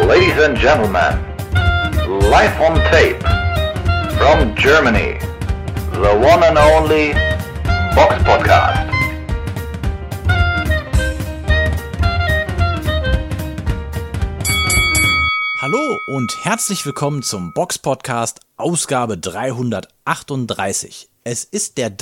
Ladies and gentlemen, live on tape from Germany, the one and only Box Podcast. Hallo und herzlich willkommen zum Box Podcast Ausgabe 338. Es ist der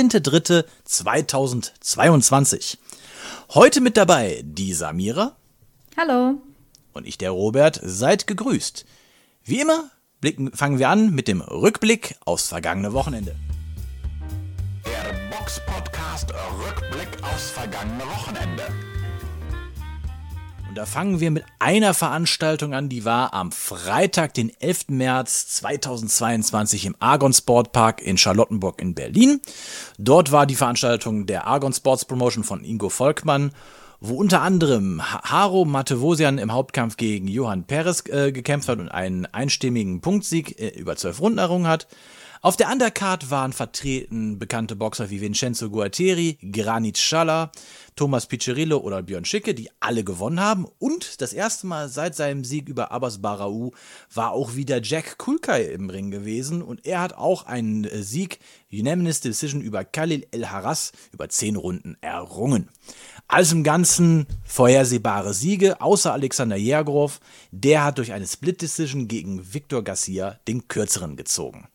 13.03.2022. Heute mit dabei die Samira. Hallo. Und ich, der Robert. Seid gegrüßt. Wie immer fangen wir an mit dem Rückblick aufs vergangene Wochenende. Der Box Podcast Rückblick aufs vergangene Wochenende. Und da fangen wir mit einer Veranstaltung an, die war am Freitag, den 11. März 2022 im Argon Sportpark in Charlottenburg in Berlin. Dort war die Veranstaltung der Argon Sports Promotion von Ingo Volkmann, wo unter anderem Haro Matevosian im Hauptkampf gegen Johan Perez gekämpft hat und einen einstimmigen Punktsieg über 12 Runden errungen hat. Auf der Undercard waren vertreten bekannte Boxer wie Vincenzo Gualtieri, Granit Xhalla, Thomas Piccirillo oder Björn Schicke, die alle gewonnen haben. Und das erste Mal seit seinem Sieg über Abbas Barao war auch wieder Jack Kulkai im Ring gewesen. Und er hat auch einen Sieg, Unanimous Decision über Khalil El-Harras, über 10 Runden errungen. Alles im Ganzen vorhersehbare Siege, außer Alexander Jergrov. Der hat durch eine Split Decision gegen Victor Garcia den kürzeren gezogen.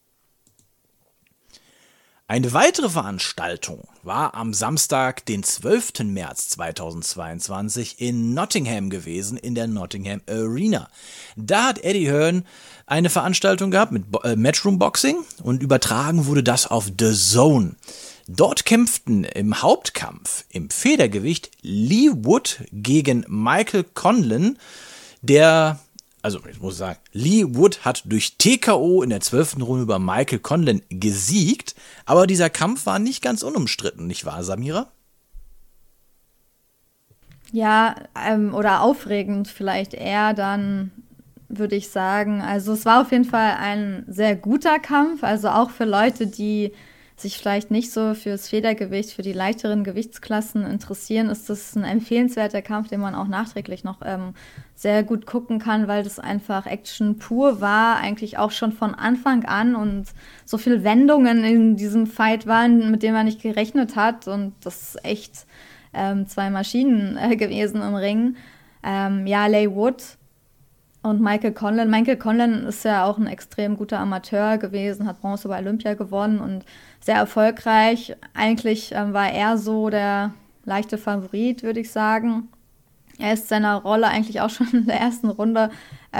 Eine weitere Veranstaltung war am Samstag, den 12. März 2022 in Nottingham gewesen, in der Nottingham Arena. Da hat Eddie Hearn eine Veranstaltung gehabt mit Matchroom Boxing und übertragen wurde das auf The Zone. Dort kämpften im Hauptkampf im Federgewicht Lee Wood gegen Michael Conlan, ich muss sagen, Lee Wood hat durch TKO in der 12. Runde über Michael Conlan gesiegt, aber dieser Kampf war nicht ganz unumstritten, nicht wahr, Samira? Ja, oder aufregend vielleicht eher dann, würde ich sagen. Also es war auf jeden Fall ein sehr guter Kampf, also auch für Leute, die sich vielleicht nicht so fürs Federgewicht, für die leichteren Gewichtsklassen interessieren, ist das ein empfehlenswerter Kampf, den man auch nachträglich noch sehr gut gucken kann, weil das einfach Action pur war, eigentlich auch schon von Anfang an und so viele Wendungen in diesem Fight waren, mit denen man nicht gerechnet hat und das ist echt 2 Maschinen gewesen im Ring. Lee Wood und Michael Conlan. Michael Conlan ist ja auch ein extrem guter Amateur gewesen, hat Bronze bei Olympia gewonnen und sehr erfolgreich. Eigentlich war er so der leichte Favorit, würde ich sagen. Er ist seiner Rolle eigentlich auch schon in der ersten Runde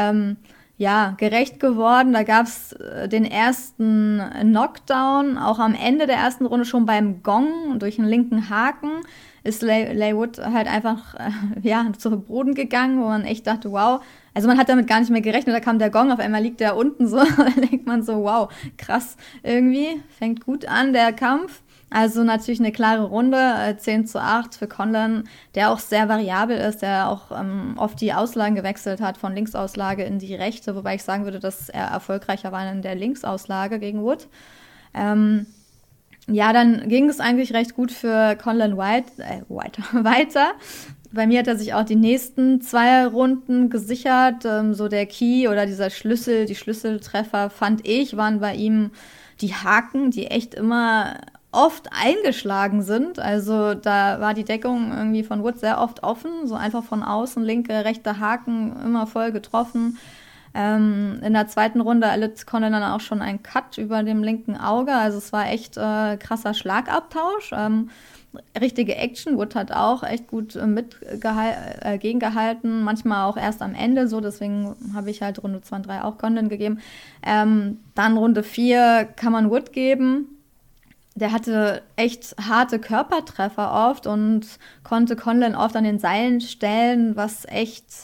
gerecht geworden. Da gab es den ersten Knockdown, auch am Ende der ersten Runde schon beim Gong durch einen linken Haken. Ist Lee Wood halt einfach zu Boden gegangen, wo man echt dachte, wow. Also man hat damit gar nicht mehr gerechnet, da kam der Gong, auf einmal liegt der unten so, da denkt man so, wow, krass, irgendwie, fängt gut an, der Kampf. Also natürlich eine klare Runde, 10:8 für Conlan, der auch sehr variabel ist, der auch oft die Auslagen gewechselt hat, von Linksauslage in die rechte, wobei ich sagen würde, dass er erfolgreicher war in der Linksauslage gegen Wood. Dann ging es eigentlich recht gut für Conlan weiter. Bei mir hat er sich auch die nächsten 2 Runden gesichert. So der Key oder die Schlüsseltreffer, fand ich, waren bei ihm die Haken, die echt immer oft eingeschlagen sind. Also da war die Deckung irgendwie von Wood sehr oft offen, so einfach von außen, linke, rechte Haken, immer voll getroffen. In der 2. Runde erlitt Conlan dann auch schon einen Cut über dem linken Auge. Also es war echt krasser Schlagabtausch. Richtige Action. Wood hat auch echt gut gegengehalten. Manchmal auch erst am Ende so. Deswegen habe ich halt Runde 2 und 3 auch Conlan gegeben. Dann Runde 4 kann man Wood geben. Der hatte echt harte Körpertreffer oft und konnte Conlan oft an den Seilen stellen, was echt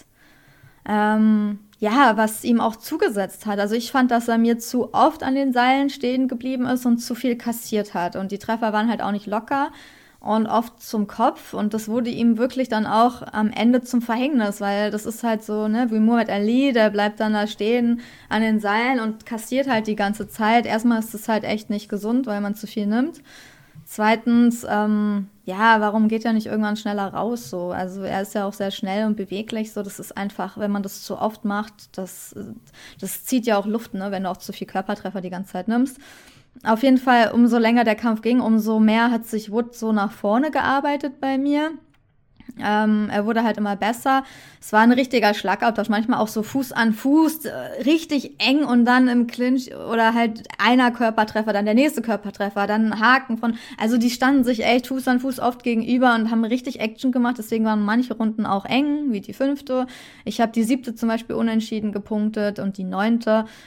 was ihm auch zugesetzt hat. Also ich fand, dass er mir zu oft an den Seilen stehen geblieben ist und zu viel kassiert hat. Und die Treffer waren halt auch nicht locker und oft zum Kopf. Und das wurde ihm wirklich dann auch am Ende zum Verhängnis, weil das ist halt so, wie Muhammad Ali, der bleibt dann da stehen an den Seilen und kassiert halt die ganze Zeit. Erstmal ist das halt echt nicht gesund, weil man zu viel nimmt. Zweitens, warum geht er nicht irgendwann schneller raus? So? Also er ist ja auch sehr schnell und beweglich. So, das ist einfach, wenn man das zu oft macht, das zieht ja auch Luft, ne? Wenn du auch zu viel Körpertreffer die ganze Zeit nimmst. Auf jeden Fall, umso länger der Kampf ging, umso mehr hat sich Wood so nach vorne gearbeitet bei mir. Er wurde halt immer besser. Es war ein richtiger Schlagabtausch, manchmal auch so Fuß an Fuß, richtig eng und dann im Clinch oder halt einer Körpertreffer, dann der nächste Körpertreffer, dann Haken also die standen sich echt Fuß an Fuß oft gegenüber und haben richtig Action gemacht, deswegen waren manche Runden auch eng, wie die 5. Ich habe die 7. zum Beispiel unentschieden gepunktet und die 9.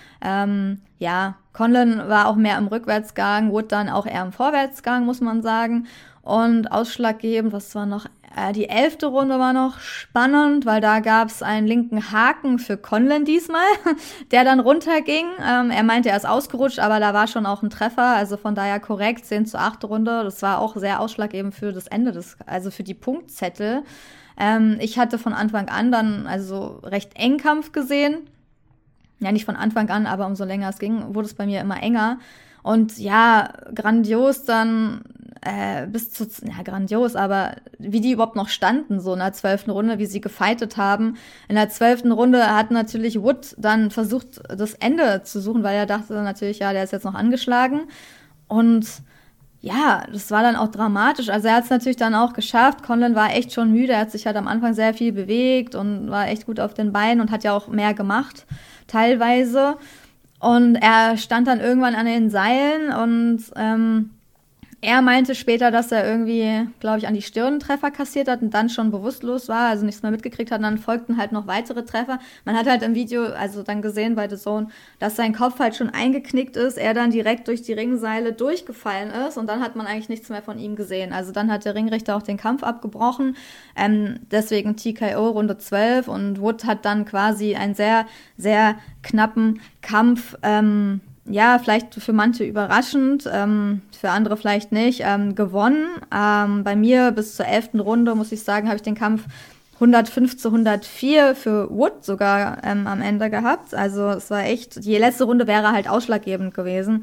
Conlan war auch mehr im Rückwärtsgang, Wood dann auch eher im Vorwärtsgang, muss man sagen. Und ausschlaggebend, was war noch? Die 11. Runde war noch spannend, weil da gab es einen linken Haken für Conlan diesmal, der dann runterging. Er meinte, er ist ausgerutscht, aber da war schon auch ein Treffer, also von daher korrekt, 10:8 Runde. Das war auch sehr ausschlaggebend für das Ende, also für die Punktzettel. Ich hatte von Anfang an dann also recht eng Kampf gesehen. Ja, nicht von Anfang an, aber umso länger es ging, wurde es bei mir immer enger. Und ja, grandios dann grandios, aber wie die überhaupt noch standen, so in der 12. Runde, wie sie gefightet haben. In der 12. Runde hat natürlich Wood dann versucht, das Ende zu suchen, weil er dachte natürlich, ja, der ist jetzt noch angeschlagen. Und ja, das war dann auch dramatisch. Also er hat es natürlich dann auch geschafft. Conlan war echt schon müde. Er hat sich halt am Anfang sehr viel bewegt und war echt gut auf den Beinen und hat ja auch mehr gemacht, teilweise. Und er stand dann irgendwann an den Seilen und er meinte später, dass er irgendwie, glaube ich, an die Stirn einen Treffer kassiert hat und dann schon bewusstlos war, also nichts mehr mitgekriegt hat. Und dann folgten halt noch weitere Treffer. Man hat halt im Video, also dann gesehen bei The Zone, dass sein Kopf halt schon eingeknickt ist, er dann direkt durch die Ringseile durchgefallen ist und dann hat man eigentlich nichts mehr von ihm gesehen. Also dann hat der Ringrichter auch den Kampf abgebrochen, deswegen TKO Runde 12 und Wood hat dann quasi einen sehr, sehr knappen Kampf, vielleicht für manche überraschend, für andere vielleicht nicht, gewonnen. Bei mir bis zur 11. Runde, muss ich sagen, habe ich den Kampf 105:104 für Wood sogar am Ende gehabt. Also es war echt, die letzte Runde wäre halt ausschlaggebend gewesen.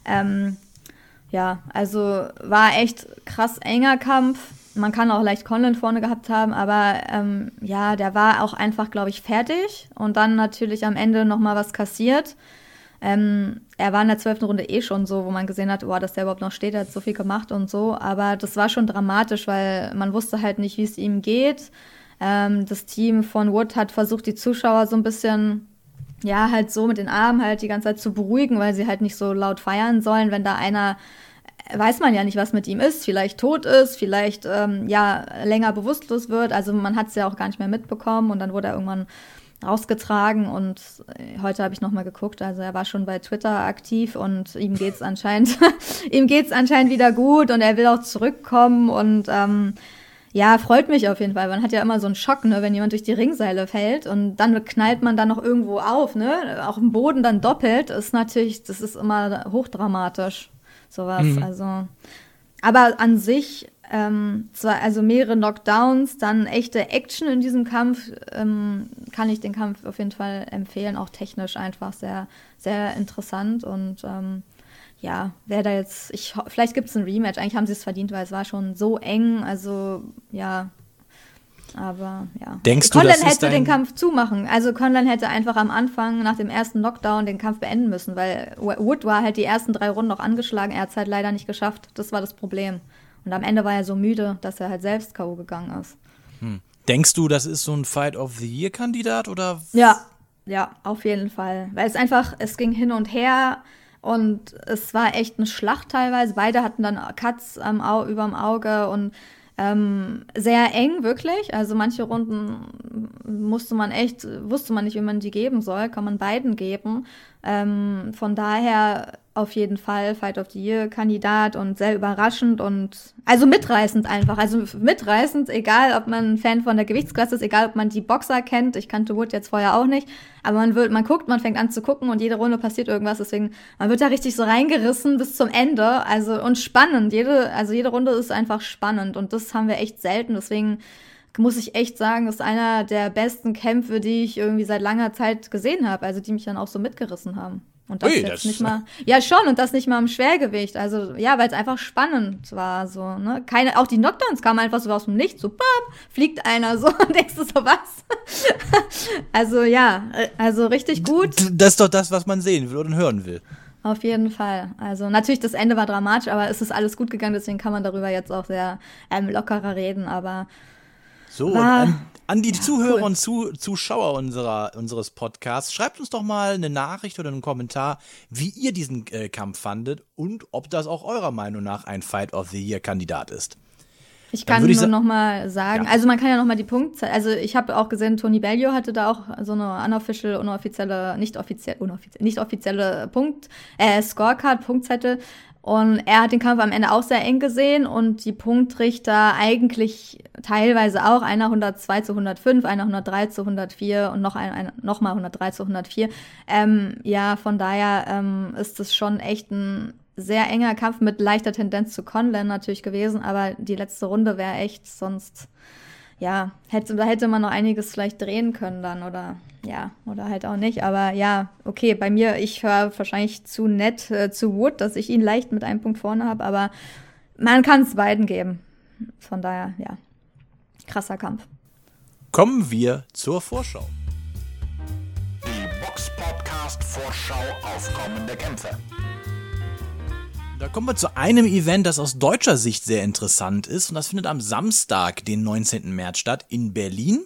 Also war echt krass enger Kampf. Man kann auch leicht Conlan vorne gehabt haben, aber der war auch einfach, glaube ich, fertig. Und dann natürlich am Ende nochmal was kassiert. Er war in der 12. Runde schon so, wo man gesehen hat, dass der überhaupt noch steht, er hat so viel gemacht und so. Aber das war schon dramatisch, weil man wusste halt nicht, wie es ihm geht. Das Team von Wood hat versucht, die Zuschauer so ein bisschen, halt so mit den Armen halt die ganze Zeit zu beruhigen, weil sie halt nicht so laut feiern sollen, wenn da einer, weiß man ja nicht, was mit ihm ist, vielleicht tot ist, vielleicht länger bewusstlos wird. Also man hat es ja auch gar nicht mehr mitbekommen und dann wurde er irgendwann rausgetragen und heute habe ich nochmal geguckt, also er war schon bei Twitter aktiv und ihm geht's anscheinend wieder gut und er will auch zurückkommen und freut mich auf jeden Fall. Man hat ja immer so einen Schock, ne, wenn jemand durch die Ringseile fällt und dann knallt man dann noch irgendwo auf, ne, auch im Boden dann doppelt, das ist immer hochdramatisch, sowas, also, aber an sich zwar mehrere Knockdowns, dann echte Action in diesem Kampf, kann ich den Kampf auf jeden Fall empfehlen, auch technisch einfach sehr, sehr interessant und wer da jetzt, vielleicht gibt es ein Rematch, eigentlich haben sie es verdient, weil es war schon so eng, also aber ja. Denkst du, Conlan hätte den Kampf zumachen, also Conlan hätte einfach am Anfang nach dem ersten Knockdown den Kampf beenden müssen, weil Wood war halt die ersten 3 Runden noch angeschlagen, er hat es halt leider nicht geschafft, das war das Problem. Und am Ende war er so müde, dass er halt selbst K.O. gegangen ist. Denkst du, das ist so ein Fight of the Year-Kandidat, oder? Ja, auf jeden Fall. Weil es ging hin und her und es war echt eine Schlacht teilweise. Beide hatten dann Cuts überm Auge und sehr eng, wirklich. Also manche Runden wusste man nicht, wie man die geben soll. Kann man beiden geben. Von daher auf jeden Fall Fight of the Year-Kandidat und sehr überraschend und also mitreißend einfach. Also mitreißend, egal ob man ein Fan von der Gewichtsklasse ist, egal ob man die Boxer kennt. Ich kannte Wood jetzt vorher auch nicht. Aber man guckt, man fängt an zu gucken und jede Runde passiert irgendwas. Deswegen, man wird da richtig so reingerissen bis zum Ende. Also und spannend. Jede Runde ist einfach spannend und das haben wir echt selten. Deswegen muss ich echt sagen, das ist einer der besten Kämpfe, die ich irgendwie seit langer Zeit gesehen habe. Also die mich dann auch so mitgerissen haben. Und das Ui, jetzt das nicht mal, ja schon, und das nicht mal im Schwergewicht. Also ja, weil es einfach spannend war, so, ne? Auch die Knockdowns kamen einfach so aus dem Nichts, so, bam, fliegt einer, so, und denkst du so, was? Also ja, also richtig gut. Das ist doch das, was man sehen will und hören will. Auf jeden Fall. Also natürlich, das Ende war dramatisch, aber es ist alles gut gegangen, deswegen kann man darüber jetzt auch sehr lockerer reden, aber So, und an die ja, Zuhörer cool. und Zuschauer unseres Podcasts, schreibt uns doch mal eine Nachricht oder einen Kommentar, wie ihr diesen Kampf fandet und ob das auch eurer Meinung nach ein Fight of the Year Kandidat ist. Ich Dann kann würde ich nur sa- noch mal sagen, Ja. also man kann ja noch mal die Punktzahl, also ich habe auch gesehen, Tony Bellew hatte da auch so eine unofficial, nicht offizielle Scorecard, Punktzettel. Und er hat den Kampf am Ende auch sehr eng gesehen und die Punktrichter eigentlich teilweise auch, einer 102-105, einer 103-104 und noch mal 103-104. Ja, von daher ist es schon echt ein sehr enger Kampf mit leichter Tendenz zu Conlan natürlich gewesen, aber die letzte Runde wäre echt sonst, ja, da hätte man noch einiges vielleicht drehen können dann oder halt auch nicht, aber ja, okay, bei mir, ich höre wahrscheinlich zu nett zu Wood, dass ich ihn leicht mit einem Punkt vorne habe, aber man kann es beiden geben. Von daher, ja, krasser Kampf. Kommen wir zur Vorschau. Die Box-Podcast-Vorschau auf kommende Kämpfe. Da kommen wir zu einem Event, das aus deutscher Sicht sehr interessant ist. Und das findet am Samstag, den 19. März statt, in Berlin.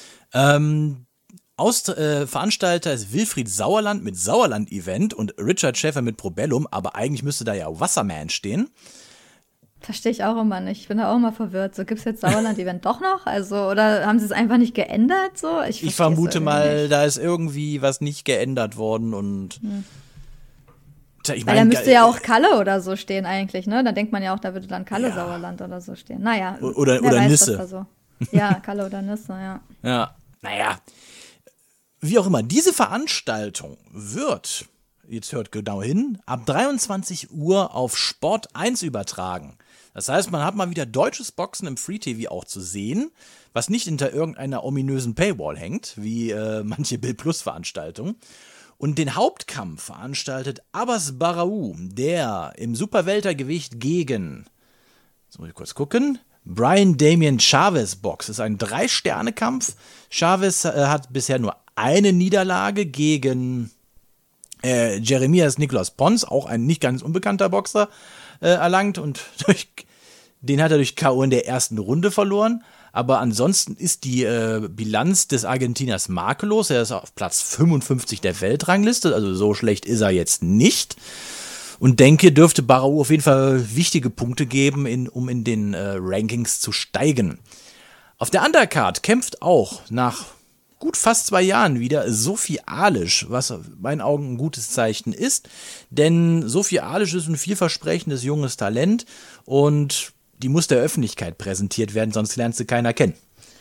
Veranstalter ist Wilfried Sauerland mit Sauerland-Event und Richard Schäfer mit Probellum. Aber eigentlich müsste da ja Wasserman stehen. Verstehe ich auch immer nicht. Ich bin da auch immer verwirrt. So, gibt es jetzt Sauerland-Event doch noch? Also, oder haben sie es einfach nicht geändert? So? Ich vermute mal, da ist irgendwie was nicht geändert worden und... Tja, ich Weil da mein, müsste ja auch Kalle oder so stehen eigentlich, ne? Da denkt man ja auch, da würde dann Kalle Ja. Sauerland oder so stehen. Naja. Oder wer weiß, Nisse. was da so. Ja, Kalle oder Nisse, ja. Ja, naja. Wie auch immer, diese Veranstaltung wird, jetzt hört genau hin, ab 23 Uhr auf Sport 1 übertragen. Das heißt, man hat mal wieder deutsches Boxen im Free TV auch zu sehen, was nicht hinter irgendeiner ominösen Paywall hängt, wie manche Bild Plus Veranstaltungen. Und den Hauptkampf veranstaltet Abbas Baraou, der im Superweltergewicht gegen, jetzt muss ich kurz gucken, Brian Damien Chavez boxt. Das ist ein 3-Sterne-Kampf. Chavez hat bisher nur eine Niederlage gegen Jeremias Nicolas Pons, auch ein nicht ganz unbekannter Boxer, erlangt. Und den hat er durch K.O. in der ersten Runde verloren. Aber ansonsten ist die Bilanz des Argentiners makellos. Er ist auf Platz 55 der Weltrangliste, also so schlecht ist er jetzt nicht. Und denke, dürfte Baraou auf jeden Fall wichtige Punkte geben, um in den Rankings zu steigen. Auf der Undercard kämpft auch nach gut fast 2 Jahren wieder Sophie Alisch, was in meinen Augen ein gutes Zeichen ist. Denn Sophie Alisch ist ein vielversprechendes junges Talent und die muss der Öffentlichkeit präsentiert werden, sonst lernt sie keiner kennen.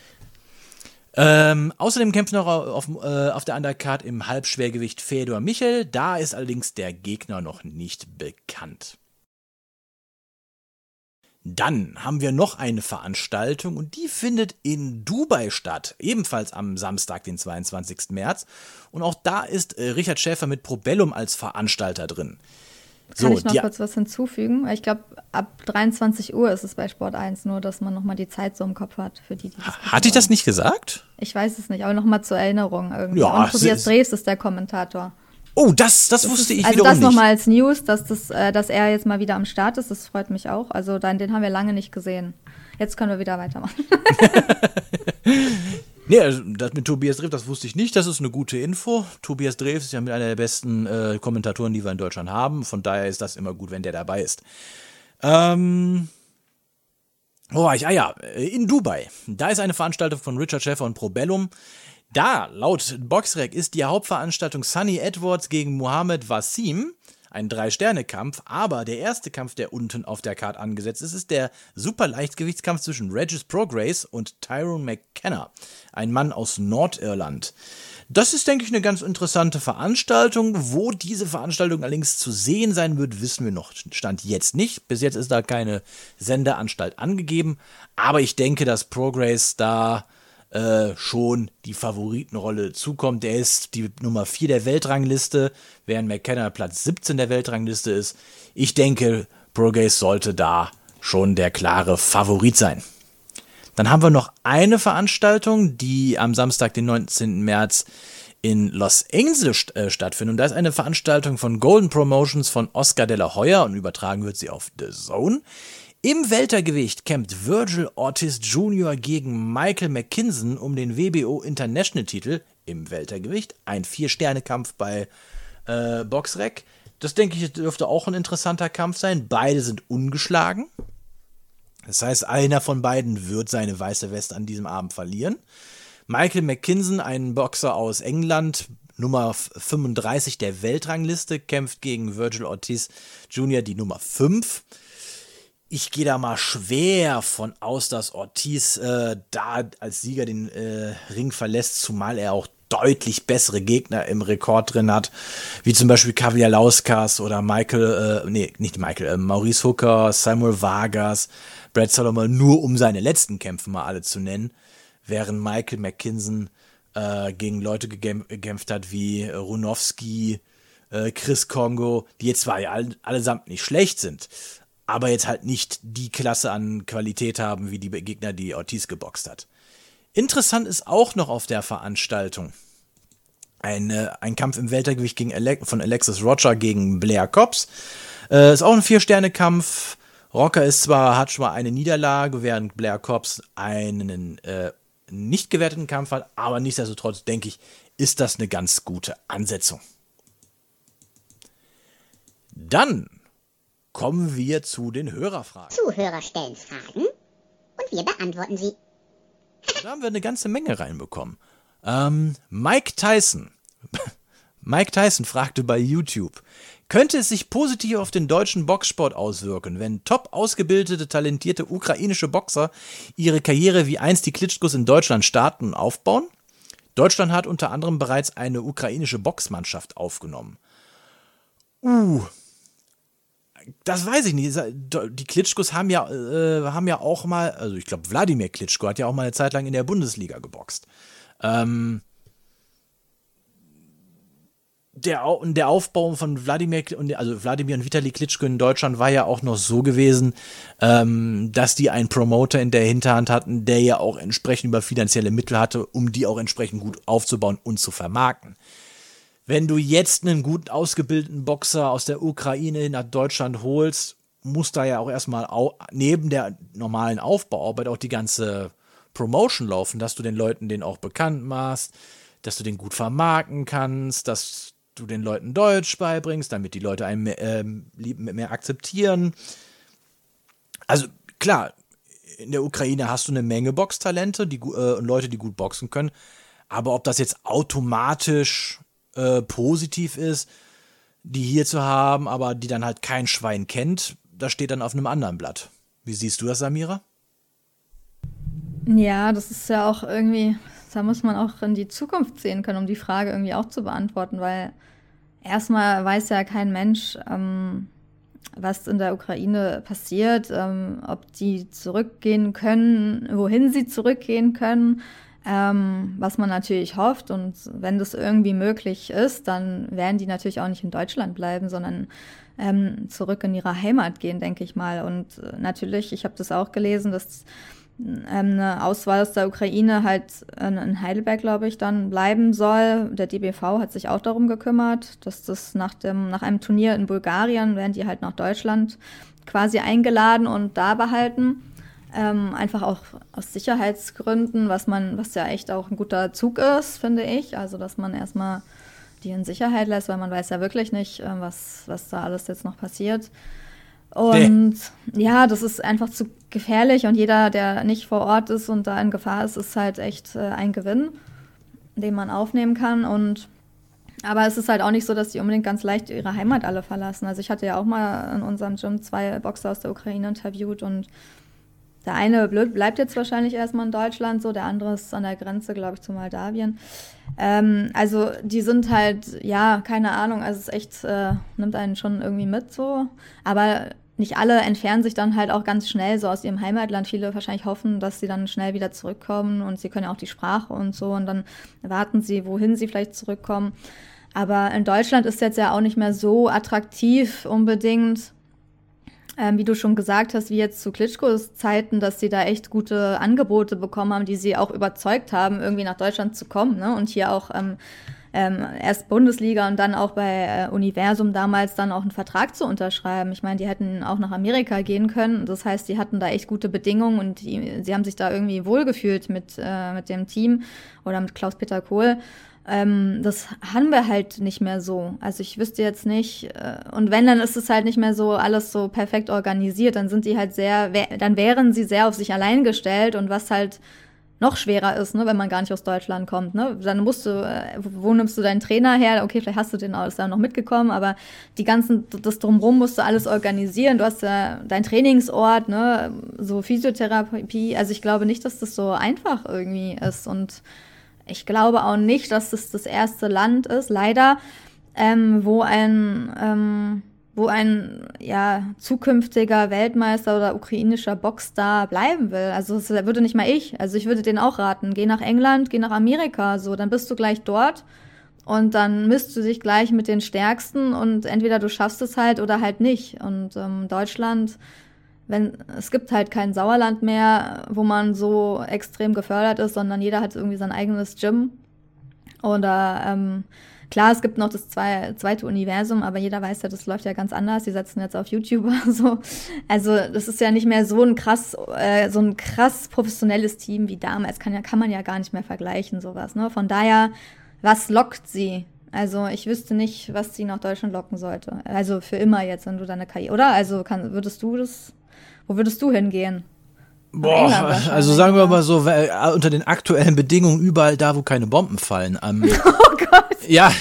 Außerdem kämpft noch auf der Undercard im Halbschwergewicht Fedor Michel. Da ist allerdings der Gegner noch nicht bekannt. Dann haben wir noch eine Veranstaltung und die findet in Dubai statt, ebenfalls am Samstag, den 22. März. Und auch da ist Richard Schäfer mit Probellum als Veranstalter drin. Kann ich noch kurz was hinzufügen? Weil ich glaube, ab 23 Uhr ist es bei Sport 1, nur dass man nochmal die Zeit so im Kopf hat, für die das Hatte ich das nicht gesagt? Ich weiß es nicht, aber nochmal zur Erinnerung irgendwie. Ja, und Tobias Drews ist der Kommentator. Oh, das wusste ich also wiederum das nicht. nochmal als News, dass er jetzt mal wieder am Start ist, das freut mich auch. Also den haben wir lange nicht gesehen. Jetzt können wir wieder weitermachen. Nee, also das mit Tobias Drews, das wusste ich nicht. Das ist eine gute Info. Tobias Drews ist ja mit einer der besten Kommentatoren, die wir in Deutschland haben. Von daher ist das immer gut, wenn der dabei ist. Wo war ich? In Dubai. Da ist eine Veranstaltung von Richard Schäfer und Probellum. Da, laut Boxrec, ist die Hauptveranstaltung Sonny Edwards gegen Mohamed Wassim. Ein 3-Sterne-Kampf, aber der erste Kampf, der unten auf der Card angesetzt ist, ist der Super-Leichtgewichtskampf zwischen Regis Prograis und Tyrone McKenna, ein Mann aus Nordirland. Das ist, denke ich, eine ganz interessante Veranstaltung. Wo diese Veranstaltung allerdings zu sehen sein wird, wissen wir noch. Stand jetzt nicht. Bis jetzt ist da keine Sendeanstalt angegeben. Aber ich denke, dass Prograis da schon die Favoritenrolle zukommt. Der ist die Nummer 4 der Weltrangliste, während McKenna Platz 17 der Weltrangliste ist. Ich denke, Burgess sollte da schon der klare Favorit sein. Dann haben wir noch eine Veranstaltung, die am Samstag, den 19. März in Los Angeles stattfindet. Und da ist eine Veranstaltung von Golden Promotions von Oscar de la Hoya und übertragen wird sie auf The Zone. Im Weltergewicht kämpft Virgil Ortiz Jr. gegen Michael McKinson um den WBO International-Titel im Weltergewicht. Ein 4-Sterne-Kampf bei Boxrec. Das, denke ich, dürfte auch ein interessanter Kampf sein. Beide sind ungeschlagen. Das heißt, einer von beiden wird seine weiße Weste an diesem Abend verlieren. Michael McKinson, ein Boxer aus England, Nummer 35 der Weltrangliste, kämpft gegen Virgil Ortiz Jr., die Nummer 5. Ich gehe da mal schwer von aus, dass Ortiz da als Sieger den Ring verlässt, zumal er auch deutlich bessere Gegner im Rekord drin hat, wie zum Beispiel Kavaliauskas oder Maurice Hooker, Samuel Vargas, Brad Solomon, nur um seine letzten Kämpfe mal alle zu nennen, während Michael McKinson gegen Leute gekämpft hat wie Runowski, Chris Kongo, die jetzt zwar allesamt nicht schlecht sind, aber jetzt halt nicht die Klasse an Qualität haben, wie die Gegner, die Ortiz geboxt hat. Interessant ist auch noch auf der Veranstaltung ein Kampf im Weltergewicht von Alexis Rocha gegen Blair Cobbs. Ist auch ein 4-Sterne-Kampf. Rocha hat schon mal eine Niederlage, während Blair Cobbs einen nicht gewerteten Kampf hat, aber nichtsdestotrotz, denke ich, ist das eine ganz gute Ansetzung. Dann kommen wir zu den Hörerfragen. Zuhörer stellen Fragen und wir beantworten sie. Da haben wir eine ganze Menge reinbekommen. Mike Tyson fragte bei YouTube, könnte es sich positiv auf den deutschen Boxsport auswirken, wenn top ausgebildete, talentierte ukrainische Boxer ihre Karriere wie einst die Klitschkos in Deutschland starten und aufbauen? Deutschland hat unter anderem bereits eine ukrainische Boxmannschaft aufgenommen. Das weiß ich nicht. Die Klitschkos haben ja auch mal, also ich glaube, Wladimir Klitschko hat ja auch mal eine Zeit lang in der Bundesliga geboxt. Der Aufbau von Wladimir und Vitali Klitschko in Deutschland war ja auch noch so gewesen, dass die einen Promoter in der Hinterhand hatten, der ja auch entsprechend über finanzielle Mittel hatte, um die auch entsprechend gut aufzubauen und zu vermarkten. Wenn du jetzt einen gut ausgebildeten Boxer aus der Ukraine nach Deutschland holst, muss da ja auch erstmal neben der normalen Aufbauarbeit auch die ganze Promotion laufen, dass du den Leuten den auch bekannt machst, dass du den gut vermarkten kannst, dass du den Leuten Deutsch beibringst, damit die Leute einen mehr akzeptieren. Also klar, in der Ukraine hast du eine Menge Boxtalente und Leute, die gut boxen können, aber ob das jetzt automatisch positiv ist, die hier zu haben, aber die dann halt kein Schwein kennt, das steht dann auf einem anderen Blatt. Wie siehst du das, Samira? Ja, das ist ja auch irgendwie, da muss man auch in die Zukunft sehen können, um die Frage irgendwie auch zu beantworten, weil erstmal weiß ja kein Mensch, was in der Ukraine passiert, ob die zurückgehen können, wohin sie zurückgehen können, was man natürlich hofft. Und wenn das irgendwie möglich ist, dann werden die natürlich auch nicht in Deutschland bleiben, sondern zurück in ihre Heimat gehen, denke ich mal. Und natürlich, ich habe das auch gelesen, dass eine Auswahl aus der Ukraine halt in Heidelberg, glaube ich, dann bleiben soll. Der DBV hat sich auch darum gekümmert, dass das nach einem Turnier in Bulgarien werden die halt nach Deutschland quasi eingeladen und da behalten. Einfach auch aus Sicherheitsgründen, was ja echt auch ein guter Zug ist, finde ich. Also, dass man erstmal die in Sicherheit lässt, weil man weiß ja wirklich nicht, was da alles jetzt noch passiert. Und ja, das ist einfach zu gefährlich und jeder, der nicht vor Ort ist und da in Gefahr ist halt echt ein Gewinn, den man aufnehmen kann. Aber es ist halt auch nicht so, dass die unbedingt ganz leicht ihre Heimat alle verlassen. Also ich hatte ja auch mal in unserem Gym 2 Boxer aus der Ukraine interviewt und der eine bleibt jetzt wahrscheinlich erstmal in Deutschland, so der andere ist an der Grenze, glaube ich, zu Moldawien. Also die sind halt, ja, keine Ahnung, also es ist echt, nimmt einen schon irgendwie mit so. Aber nicht alle entfernen sich dann halt auch ganz schnell so aus ihrem Heimatland. Viele wahrscheinlich hoffen, dass sie dann schnell wieder zurückkommen und sie können ja auch die Sprache und so und dann warten sie, wohin sie vielleicht zurückkommen. Aber in Deutschland ist jetzt ja auch nicht mehr so attraktiv unbedingt, wie du schon gesagt hast, wie jetzt zu Klitschkos Zeiten, dass sie da echt gute Angebote bekommen haben, die sie auch überzeugt haben, irgendwie nach Deutschland zu kommen, ne? Und hier auch erst Bundesliga und dann auch bei Universum damals dann auch einen Vertrag zu unterschreiben. Ich meine, die hätten auch nach Amerika gehen können. Das heißt, die hatten da echt gute Bedingungen und sie haben sich da irgendwie wohlgefühlt mit dem Team oder mit Klaus-Peter Kohl. Das haben wir halt nicht mehr so. Also ich wüsste jetzt nicht, und wenn, dann ist es halt nicht mehr so alles so perfekt organisiert, dann sind die halt dann wären sie sehr auf sich allein gestellt und was halt noch schwerer ist, ne, wenn man gar nicht aus Deutschland kommt, ne, dann musst du, wo nimmst du deinen Trainer her? Okay, vielleicht hast du den auch, ist da noch mitgekommen, aber das Drumherum musst du alles organisieren. Du hast ja deinen Trainingsort, ne, so Physiotherapie. Also ich glaube nicht, dass das so einfach irgendwie ist und ich glaube auch nicht, dass das erste Land ist, leider, wo ein zukünftiger Weltmeister oder ukrainischer Boxstar bleiben will. Also das würde nicht mal ich. Also ich würde denen auch raten, geh nach England, geh nach Amerika, so, dann bist du gleich dort und dann misst du dich gleich mit den Stärksten und entweder du schaffst es halt oder halt nicht. Und Deutschland, es gibt halt kein Sauerland mehr, wo man so extrem gefördert ist, sondern jeder hat irgendwie sein eigenes Gym. Oder klar, es gibt noch das zweite Universum, aber jeder weiß ja, das läuft ja ganz anders. Die setzen jetzt auf YouTuber so. Also das ist ja nicht mehr so ein krass professionelles Team wie damals. Kann man ja gar nicht mehr vergleichen, sowas. Ne? Von daher, was lockt sie? Also ich wüsste nicht, was sie nach Deutschland locken sollte. Also für immer jetzt, wenn du deine Karriere, oder? Also wo würdest du hingehen? Boah, also sagen wir mal so, unter den aktuellen Bedingungen überall da, wo keine Bomben fallen. Oh Gott. Ja.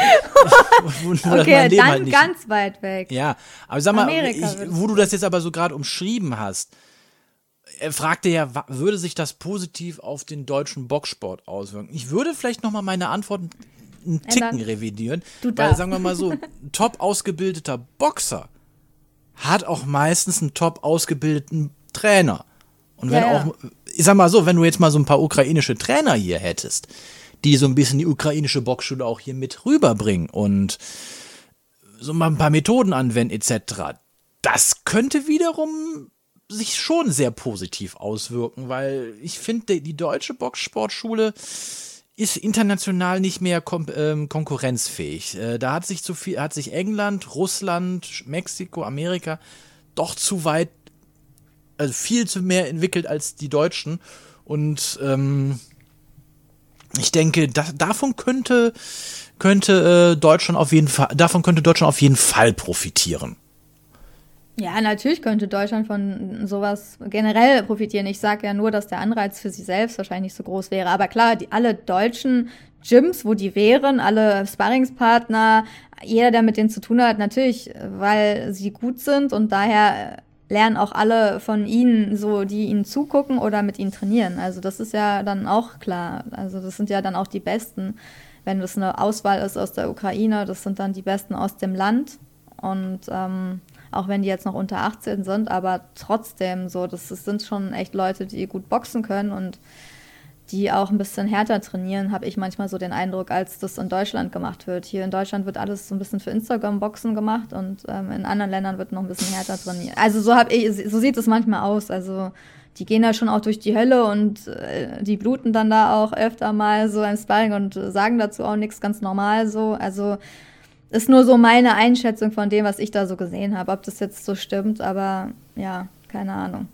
Okay, dann halt ganz weit weg. Ja, aber sag mal, wo du das jetzt aber so gerade umschrieben hast, er fragte ja, würde sich das positiv auf den deutschen Boxsport auswirken? Ich würde vielleicht nochmal meine Antwort einen Ticken revidieren, weil sagen wir mal so, ein top ausgebildeter Boxer hat auch meistens einen top ausgebildeten Trainer. Und wenn ich sag mal so, wenn du jetzt mal so ein paar ukrainische Trainer hier hättest, die so ein bisschen die ukrainische Boxschule auch hier mit rüberbringen und so mal ein paar Methoden anwenden etc., das könnte wiederum sich schon sehr positiv auswirken, weil ich finde, die deutsche Boxsportschule ist international nicht mehr konkurrenzfähig. Da hat sich England, Russland, Mexiko, Amerika doch zu weit, also viel zu mehr entwickelt als die Deutschen. Und ich denke, davon könnte Deutschland auf jeden Fall profitieren. Ja, natürlich könnte Deutschland von sowas generell profitieren. Ich sage ja nur, dass der Anreiz für sie selbst wahrscheinlich nicht so groß wäre. Aber klar, alle deutschen Gyms, wo die wären, alle Sparringspartner, jeder, der mit denen zu tun hat, natürlich, weil sie gut sind und daher lernen auch alle von ihnen, so die ihnen zugucken oder mit ihnen trainieren. Also das ist ja dann auch klar. Also das sind ja dann auch die Besten. Wenn das eine Auswahl ist aus der Ukraine, das sind dann die Besten aus dem Land. Und auch wenn die jetzt noch unter 18 sind, aber trotzdem so, das sind schon echt Leute, die gut boxen können und die auch ein bisschen härter trainieren, habe ich manchmal so den Eindruck, als das in Deutschland gemacht wird. Hier in Deutschland wird alles so ein bisschen für Instagram-Boxen gemacht und in anderen Ländern wird noch ein bisschen härter trainiert. Also so sieht es manchmal aus. Also die gehen da schon auch durch die Hölle und die bluten dann da auch öfter mal so im Sparring und sagen dazu auch nichts, ganz normal so. Also ist nur so meine Einschätzung von dem, was ich da so gesehen habe. Ob das jetzt so stimmt, aber ja, keine Ahnung.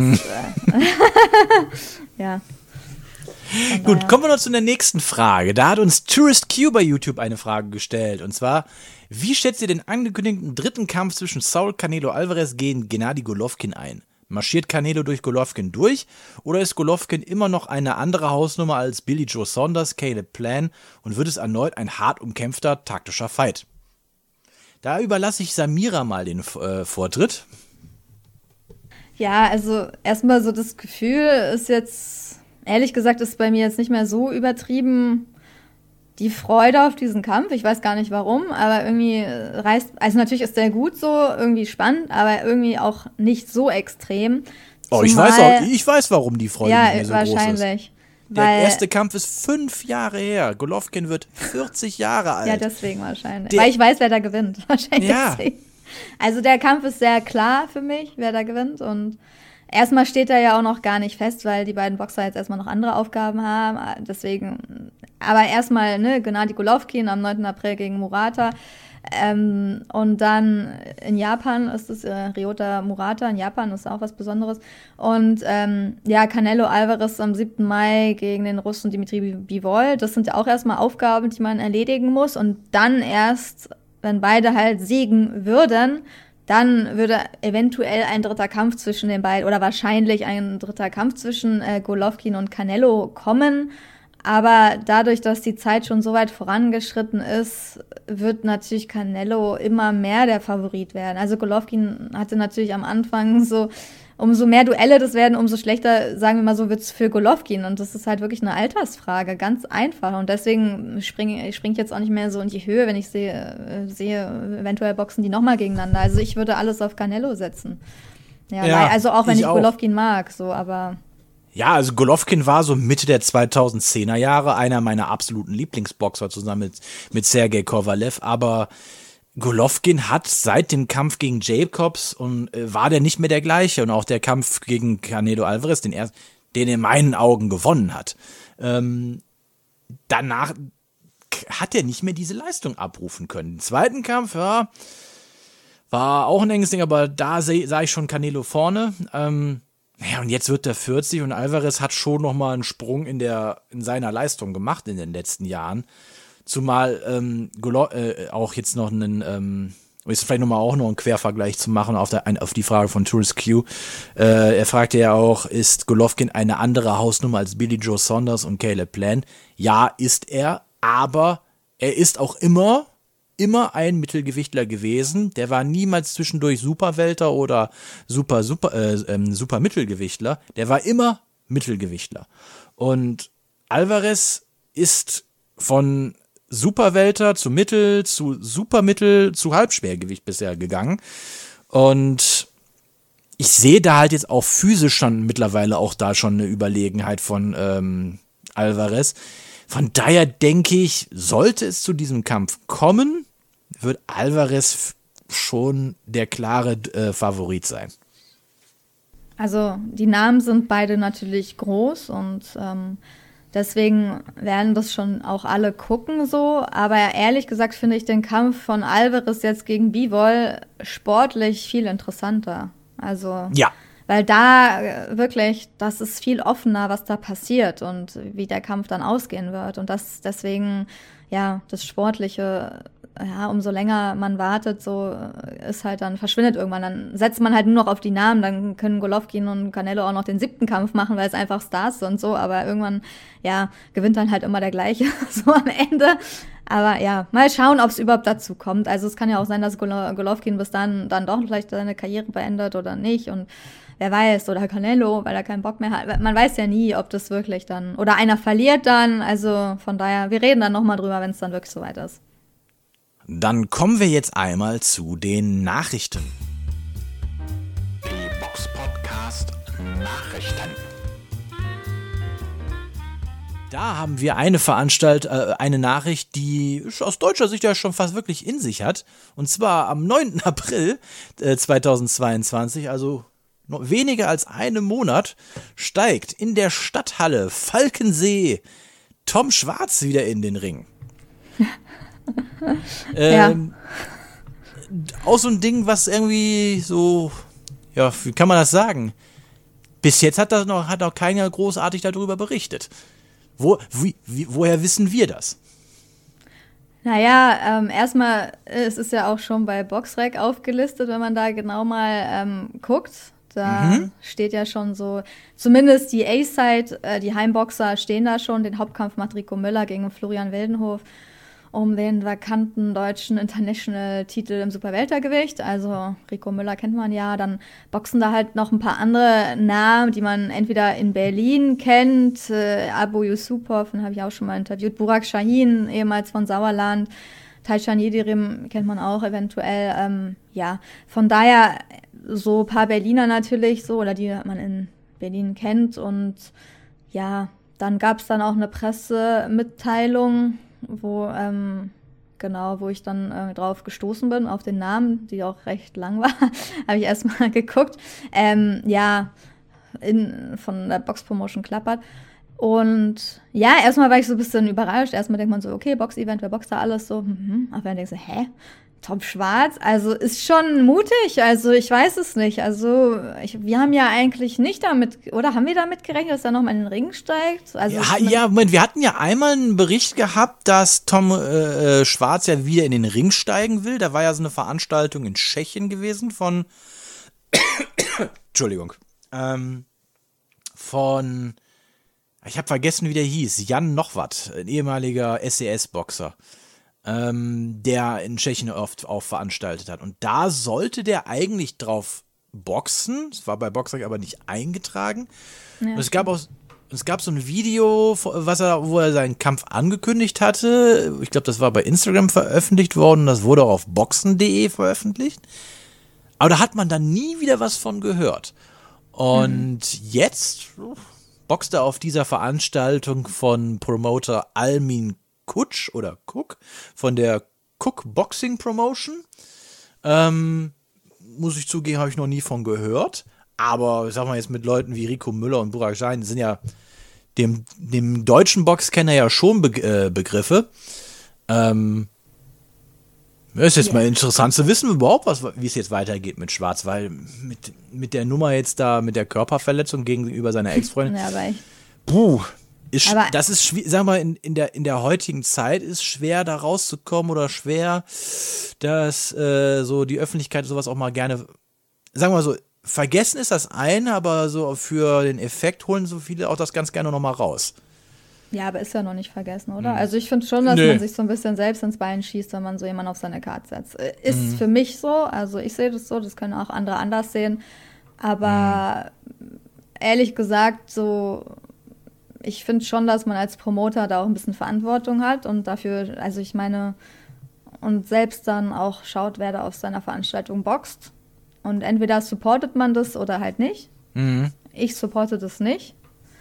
Ja. Gut, kommen wir noch zu der nächsten Frage. Da hat uns Tourist Q bei YouTube eine Frage gestellt. Und zwar, wie schätzt ihr den angekündigten dritten Kampf zwischen Saul Canelo Alvarez gegen Gennady Golovkin ein? Marschiert Canelo durch Golovkin durch oder ist Golovkin immer noch eine andere Hausnummer als Billy Joe Saunders, Caleb Plant und wird es erneut ein hart umkämpfter taktischer Fight? Da überlasse ich Samira mal den Vortritt. Ja, also erstmal so das Gefühl ist jetzt, ehrlich gesagt, ist bei mir jetzt nicht mehr so übertrieben die Freude auf diesen Kampf. Ich weiß gar nicht warum, aber irgendwie also natürlich ist der gut so, irgendwie spannend, aber irgendwie auch nicht so extrem. Oh, ich weiß, warum die Freude nicht mehr so groß ist. Ja, wahrscheinlich. Der erste Kampf ist 5 Jahre her. Golovkin wird 40 Jahre alt. Ja, deswegen wahrscheinlich. Weil ich weiß, wer da gewinnt. Wahrscheinlich. Ja. Also der Kampf ist sehr klar für mich, wer da gewinnt. Und erstmal steht er ja auch noch gar nicht fest, weil die beiden Boxer jetzt erstmal noch andere Aufgaben haben. Deswegen, aber erstmal, Gennady Golovkin am 9. April gegen Murata. Und dann in Japan ist es Ryota Murata, in Japan ist auch was Besonderes. Und Canelo Alvarez am 7. Mai gegen den Russen Dimitri Bivol. Das sind ja auch erstmal Aufgaben, die man erledigen muss. Und dann erst, wenn beide halt siegen würden, dann würde eventuell ein dritter Kampf zwischen den beiden oder wahrscheinlich ein dritter Kampf zwischen Golovkin und Canelo kommen. Aber dadurch, dass die Zeit schon so weit vorangeschritten ist, wird natürlich Canelo immer mehr der Favorit werden. Also Golovkin hatte natürlich am Anfang so, umso mehr Duelle das werden, umso schlechter, sagen wir mal so, wird's für Golovkin. Und das ist halt wirklich eine Altersfrage, ganz einfach. Und deswegen spring ich jetzt auch nicht mehr so in die Höhe, wenn ich sehe eventuell boxen die nochmal gegeneinander. Also ich würde alles auf Canelo setzen. Ja, also auch wenn ich Golovkin mag, so, aber... Ja, also Golovkin war so Mitte der 2010er Jahre einer meiner absoluten Lieblingsboxer zusammen mit Sergei Kovalev, aber Golovkin hat seit dem Kampf gegen Jacobs und war der nicht mehr der gleiche und auch der Kampf gegen Canelo Alvarez, den in meinen Augen gewonnen hat. Danach hat er nicht mehr diese Leistung abrufen können. Den zweiten Kampf, ja, war auch ein enges Ding, aber da sah ich schon Canelo vorne. Ja, und jetzt wird er 40 und Alvarez hat schon nochmal einen Sprung in seiner Leistung gemacht in den letzten Jahren. Zumal auch jetzt noch ist vielleicht auch noch einen Quervergleich zu machen auf die Frage von Tourist Q. Er fragte ja auch, ist Golovkin eine andere Hausnummer als Billy Joe Saunders und Caleb Plant? Ja, ist er, aber er ist auch immer ein Mittelgewichtler gewesen. Der war niemals zwischendurch Superwelter oder super Mittelgewichtler. Der war immer Mittelgewichtler. Und Alvarez ist von Superwelter zu Mittel, zu Supermittel, zu Halbschwergewicht bisher gegangen. Und ich sehe da halt jetzt auch physisch schon mittlerweile auch da schon eine Überlegenheit von Alvarez. Von daher denke ich, sollte es zu diesem Kampf kommen, wird Alvarez schon der klare Favorit sein. Also die Namen sind beide natürlich groß und deswegen werden das schon auch alle gucken so. Aber ehrlich gesagt finde ich den Kampf von Alvarez jetzt gegen Bivol sportlich viel interessanter. Also ja. Weil da wirklich, das ist viel offener, was da passiert und wie der Kampf dann ausgehen wird. Und deswegen, ja, das Sportliche, ja, umso länger man wartet, so ist halt dann, verschwindet irgendwann. Dann setzt man halt nur noch auf die Namen, dann können Golovkin und Canelo auch noch den 7. Kampf machen, weil es einfach Stars sind und so. Aber irgendwann, ja, gewinnt dann halt immer der Gleiche, so am Ende. Aber ja, mal schauen, ob es überhaupt dazu kommt. Also es kann ja auch sein, dass Golovkin bis dann doch vielleicht seine Karriere beendet oder nicht und wer weiß, oder Canelo, weil er keinen Bock mehr hat. Man weiß ja nie, ob das wirklich dann, oder einer verliert dann, also von daher, wir reden dann nochmal drüber, wenn es dann wirklich soweit ist. Dann kommen wir jetzt einmal zu den Nachrichten. Die Box-Podcast Nachrichten. Da haben wir eine Nachricht, die aus deutscher Sicht ja schon fast wirklich in sich hat. Und zwar am 9. April 2022, also noch weniger als einen Monat, steigt in der Stadthalle Falkensee Tom Schwarz wieder in den Ring. Ja. Auch so ein Ding, was irgendwie so, ja, wie kann man das sagen? Bis jetzt hat noch keiner großartig darüber berichtet. Woher wissen wir das? Naja, erstmal, es ist ja auch schon bei Boxrec aufgelistet, wenn man da genau mal guckt. Da steht ja schon so, zumindest die A-Side, die Heimboxer stehen da schon. Den Hauptkampf macht Rico Müller gegen Florian Wildenhof. um den vakanten deutschen International-Titel im Superweltergewicht. Also Rico Müller kennt man ja. Dann boxen da halt noch ein paar andere Namen, die man entweder in Berlin kennt. Abu Yusupov, den habe ich auch schon mal interviewt. Burak Shahin, ehemals von Sauerland. Taishan Yildirim kennt man auch eventuell. Ja, von daher so ein paar Berliner natürlich so, oder die man in Berlin kennt. Und ja, dann gab es dann auch eine Pressemitteilung, wo ich dann drauf gestoßen bin, auf den Namen, die auch recht lang war, habe ich erstmal geguckt. Von der Box-Promotion Klappert. Und ja, erstmal war ich so ein bisschen überrascht. Erstmal denkt man so, okay, Box-Event, wer boxt da alles so? Aber dann denkst du, Tom Schwarz, also ist schon mutig, also ich weiß es nicht. Also wir haben ja eigentlich nicht damit, oder haben wir damit gerechnet, dass er nochmal in den Ring steigt? Also Moment, wir hatten ja einmal einen Bericht gehabt, dass Tom Schwarz ja wieder in den Ring steigen will. Da war ja so eine Veranstaltung in Tschechien gewesen von Entschuldigung, ich habe vergessen, wie der hieß, Jan Nochwat, ein ehemaliger SES-Boxer. Der in Tschechien oft auch veranstaltet hat. Und da sollte der eigentlich drauf boxen. Es war bei Boxrec aber nicht eingetragen. Ja. Und es gab so ein Video, wo er seinen Kampf angekündigt hatte. Ich glaube, das war bei Instagram veröffentlicht worden. Das wurde auch auf boxen.de veröffentlicht. Aber da hat man dann nie wieder was von gehört. Und jetzt boxt er auf dieser Veranstaltung von Promoter Almin Kutsch oder Cook von der Cook Boxing Promotion. Muss ich zugeben, habe ich noch nie von gehört. Aber ich sag mal jetzt mit Leuten wie Rico Müller und Burak Shahin sind ja dem deutschen Boxkenner ja schon Begriffe. Es ist jetzt mal interessant zu wissen überhaupt, wie es jetzt weitergeht mit Schwarz, weil mit der Nummer jetzt da, mit der Körperverletzung gegenüber seiner Ex-Freundin. Ja, aber echt. Das ist, sag mal, in der heutigen Zeit ist schwer, da rauszukommen oder schwer, dass so die Öffentlichkeit sowas auch mal gerne, sagen wir mal so, vergessen ist das eine, aber so für den Effekt holen so viele auch das ganz gerne nochmal raus. Ja, aber ist ja noch nicht vergessen, oder? Also ich finde schon, dass man sich so ein bisschen selbst ins Bein schießt, wenn man so jemanden auf seine Karte setzt. Ist für mich so, also ich sehe das so, das können auch andere anders sehen, aber ehrlich gesagt, so ich finde schon, dass man als Promoter da auch ein bisschen Verantwortung hat und dafür, also ich meine, und selbst dann auch schaut, wer da auf seiner Veranstaltung boxt. Und entweder supportet man das oder halt nicht. Ich supporte das nicht.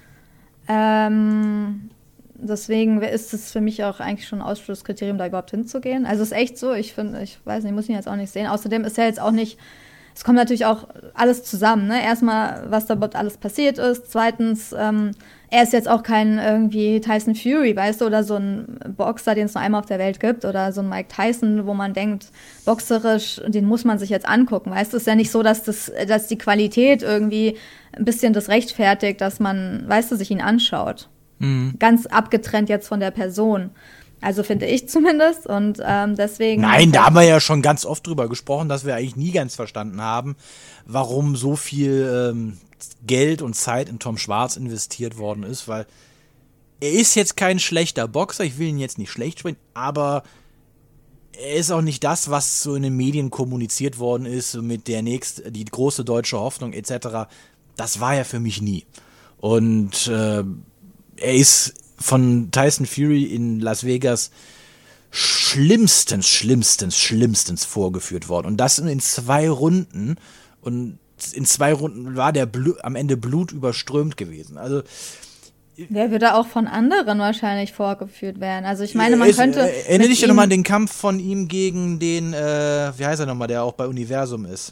Deswegen ist es für mich auch eigentlich schon ein Ausschlusskriterium, da überhaupt hinzugehen. Also es ist echt so, ich weiß nicht, muss ihn jetzt auch nicht sehen. Außerdem ist ja jetzt auch nicht, es kommt natürlich auch alles zusammen, ne? Erstmal, was da alles passiert ist. Zweitens, er ist jetzt auch kein irgendwie Tyson Fury, weißt du, oder so ein Boxer, den es nur einmal auf der Welt gibt, oder so ein Mike Tyson, wo man denkt, boxerisch, den muss man sich jetzt angucken, weißt du. Es ist ja nicht so, dass die Qualität irgendwie ein bisschen das rechtfertigt, dass man, weißt du, sich ihn anschaut. Ganz abgetrennt jetzt von der Person. Also finde ich zumindest und deswegen... Nein, da haben wir ja schon ganz oft drüber gesprochen, dass wir eigentlich nie ganz verstanden haben, warum so viel Geld und Zeit in Tom Schwarz investiert worden ist, weil er ist jetzt kein schlechter Boxer, ich will ihn jetzt nicht schlecht sprechen, aber er ist auch nicht das, was so in den Medien kommuniziert worden ist, mit die große deutsche Hoffnung etc. Das war er für mich nie. Und er ist von Tyson Fury in Las Vegas schlimmstens vorgeführt worden. Und das in 2 Runden. Und in 2 Runden war der am Ende blutüberströmt gewesen. Also der würde auch von anderen wahrscheinlich vorgeführt werden. Also ich meine, man könnte... Erinnere dich ja nochmal an den Kampf von ihm gegen den, wie heißt er nochmal, der auch bei Universum ist.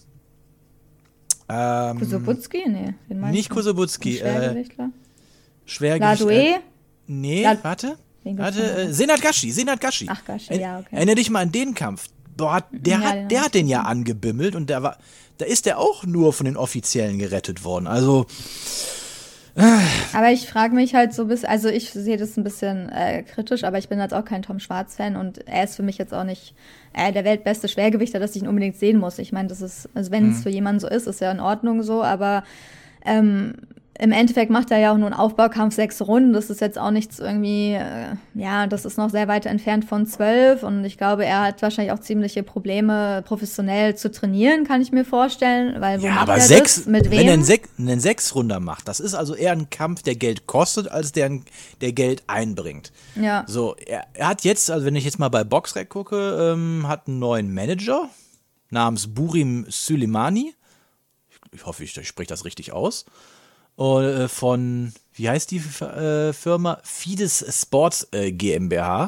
Kusubutski? Nee, den meinst du? Nicht Kusubutski. Schwergewichtler? Schwergewichtler. Nee, warte. Senat Gashi. Ach, Gashi, ja, okay. Erinnere dich mal an den Kampf. Boah, der hat den ja angebimmelt und da ist der auch nur von den Offiziellen gerettet worden. Also. Aber ich frage mich halt so ein bisschen, also ich sehe das ein bisschen kritisch, aber ich bin jetzt auch kein Tom Schwarz-Fan und er ist für mich jetzt auch nicht der weltbeste Schwergewichter, dass ich ihn unbedingt sehen muss. Ich meine, das ist, also wenn es für jemanden so ist ja in Ordnung so, aber im Endeffekt macht er ja auch nur einen Aufbaukampf 6 Runden. Das ist jetzt auch nichts irgendwie, das ist noch sehr weit entfernt von 12. Und ich glaube, er hat wahrscheinlich auch ziemliche Probleme, professionell zu trainieren, kann ich mir vorstellen. Weil wo Ja, macht aber er 6, das? Mit wem? wenn er einen 6-Runder macht, das ist also eher ein Kampf, der Geld kostet, als der Geld einbringt. Ja. So, er hat jetzt, also wenn ich jetzt mal bei Boxrec gucke, hat einen neuen Manager namens Burim Süleymani. Ich hoffe, ich spreche das richtig aus. Von, wie heißt die Firma? Fides Sports GmbH.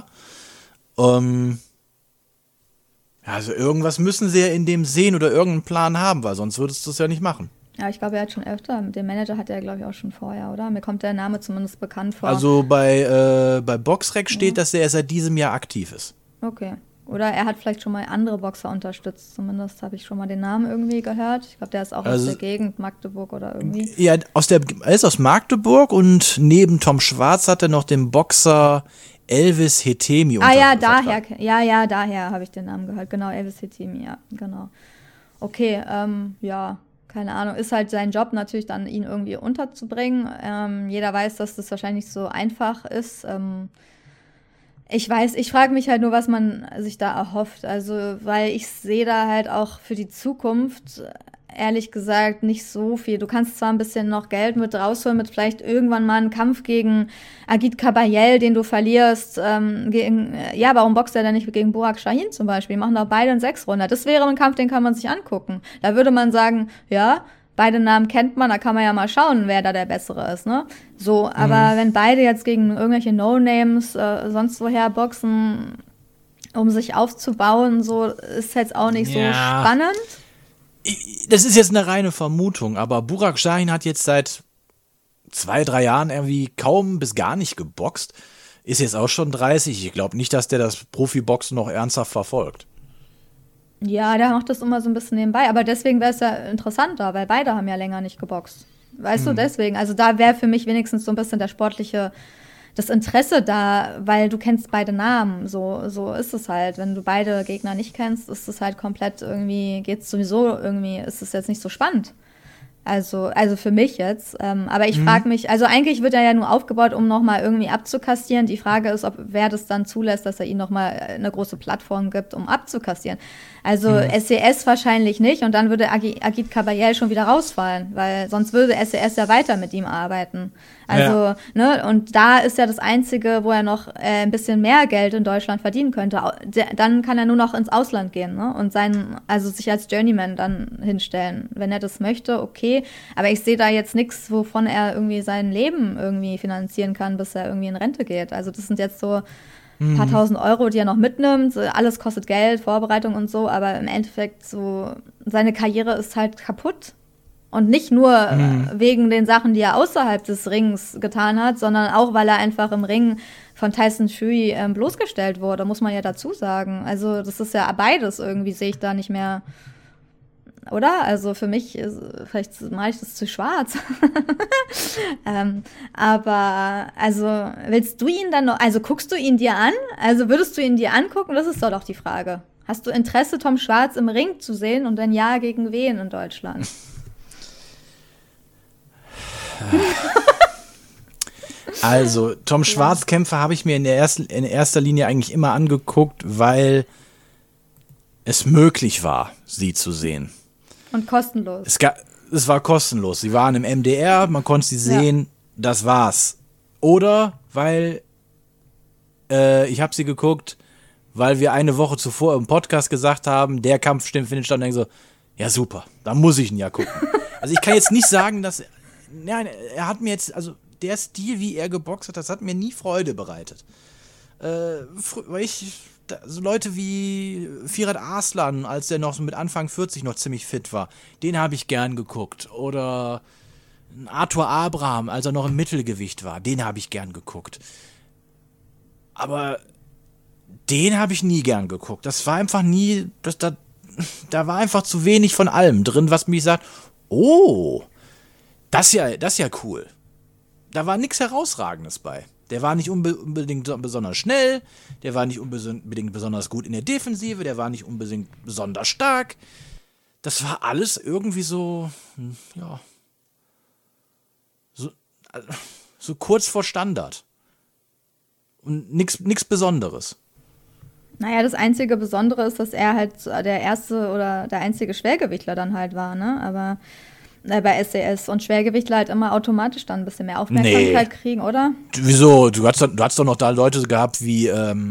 Also irgendwas müssen sie ja in dem sehen oder irgendeinen Plan haben, weil sonst würdest du es ja nicht machen. Ja, ich glaube, er hat schon öfter. Den Manager hat er, glaube ich, auch schon vorher, oder? Mir kommt der Name zumindest bekannt vor. Also bei Boxrec steht, dass er seit diesem Jahr aktiv ist. Okay. Oder er hat vielleicht schon mal andere Boxer unterstützt. Zumindest habe ich schon mal den Namen irgendwie gehört. Ich glaube, der ist auch aus der Gegend, Magdeburg oder irgendwie. Ja, er ist aus Magdeburg und neben Tom Schwarz hat er noch den Boxer Elvis Hetemi daher habe ich den Namen gehört. Genau, Elvis Hetemi, ja, genau. Okay, keine Ahnung, ist halt sein Job natürlich dann, ihn irgendwie unterzubringen. Jeder weiß, dass das wahrscheinlich nicht so einfach ist. Ich frage mich halt nur, was man sich da erhofft. Also, weil ich sehe da halt auch für die Zukunft, ehrlich gesagt, nicht so viel. Du kannst zwar ein bisschen noch Geld mit rausholen, mit vielleicht irgendwann mal einen Kampf gegen Agit Kabayel, den du verlierst. Warum boxt er denn nicht gegen Burak Şahin zum Beispiel? Die machen doch beide einen 6-Runder. Das wäre ein Kampf, den kann man sich angucken. Da würde man sagen, ja, beide Namen kennt man, da kann man ja mal schauen, wer da der Bessere ist, ne? So, aber wenn beide jetzt gegen irgendwelche No-Names sonst woher boxen, um sich aufzubauen, so ist jetzt auch nicht so spannend. Das ist jetzt eine reine Vermutung, aber Burak Şahin hat jetzt seit 2-3 Jahren irgendwie kaum bis gar nicht geboxt, ist jetzt auch schon 30. Ich glaube nicht, dass der das Profiboxen noch ernsthaft verfolgt. Ja, der macht das immer so ein bisschen nebenbei, aber deswegen wäre es ja interessanter, weil beide haben ja länger nicht geboxt. Weißt du, deswegen, also da wäre für mich wenigstens so ein bisschen das Interesse da, weil du kennst beide Namen, so ist es halt. Wenn du beide Gegner nicht kennst, ist es halt komplett irgendwie, ist es jetzt nicht so spannend. Also für mich jetzt. Aber ich frage mich, also eigentlich wird er ja nur aufgebaut, um nochmal irgendwie abzukassieren. Die Frage ist, wer das dann zulässt, dass er ihm nochmal eine große Plattform gibt, um abzukassieren. Also SES wahrscheinlich nicht und dann würde Agit Kabayel schon wieder rausfallen, weil sonst würde SES ja weiter mit ihm arbeiten. Also, und da ist ja das Einzige, wo er noch ein bisschen mehr Geld in Deutschland verdienen könnte. Dann kann er nur noch ins Ausland gehen, ne? Und sich als Journeyman dann hinstellen. Wenn er das möchte, okay. Aber ich sehe da jetzt nichts, wovon er irgendwie sein Leben irgendwie finanzieren kann, bis er irgendwie in Rente geht. Also das sind jetzt so ein paar tausend Euro, die er noch mitnimmt. Alles kostet Geld, Vorbereitung und so. Aber im Endeffekt so, seine Karriere ist halt kaputt. Und nicht nur wegen den Sachen, die er außerhalb des Rings getan hat, sondern auch, weil er einfach im Ring von Tyson Fury bloßgestellt wurde, muss man ja dazu sagen. Also das ist ja beides irgendwie, sehe ich da nicht mehr, oder? Also für mich, vielleicht mache ich das zu schwarz. Aber, also willst du ihn dann noch, also guckst du ihn dir an? Also würdest du ihn dir angucken? Das ist doch die Frage. Hast du Interesse, Tom Schwarz im Ring zu sehen und wenn ja, gegen wen in Deutschland? Also, Tom Schwarz-Kämpfe habe ich mir in erster Linie eigentlich immer angeguckt, weil es möglich war, sie zu sehen. Und kostenlos. Es war kostenlos. Sie waren im MDR, man konnte sie sehen, das war's. Oder weil ich habe sie geguckt, weil wir eine Woche zuvor im Podcast gesagt haben, der Kampf findet statt. Und denke so, ja super, da muss ich ihn ja gucken. Also ich kann jetzt nicht sagen, dass nein, er hat mir jetzt, also der Stil, wie er geboxt hat, das hat mir nie Freude bereitet. Weil so Leute wie Firat Arslan, als der noch so mit Anfang 40 noch ziemlich fit war, den habe ich gern geguckt. Oder Arthur Abraham, als er noch im Mittelgewicht war, den habe ich gern geguckt. Aber den habe ich nie gern geguckt. Das war einfach nie, da war einfach zu wenig von allem drin, was mich sagt, oh, das ist ja cool. Da war nichts Herausragendes bei. Der war nicht unbedingt besonders schnell, der war nicht unbedingt besonders gut in der Defensive, der war nicht unbedingt besonders stark. Das war alles irgendwie so so kurz vor Standard. Und nichts Besonderes. Naja, das einzige Besondere ist, dass er halt der erste oder der einzige Schwergewichtler dann halt war, ne? Aber bei SCS und Schwergewichtler halt immer automatisch dann ein bisschen mehr Aufmerksamkeit kriegen, oder? Wieso? Du hast doch noch da Leute gehabt wie,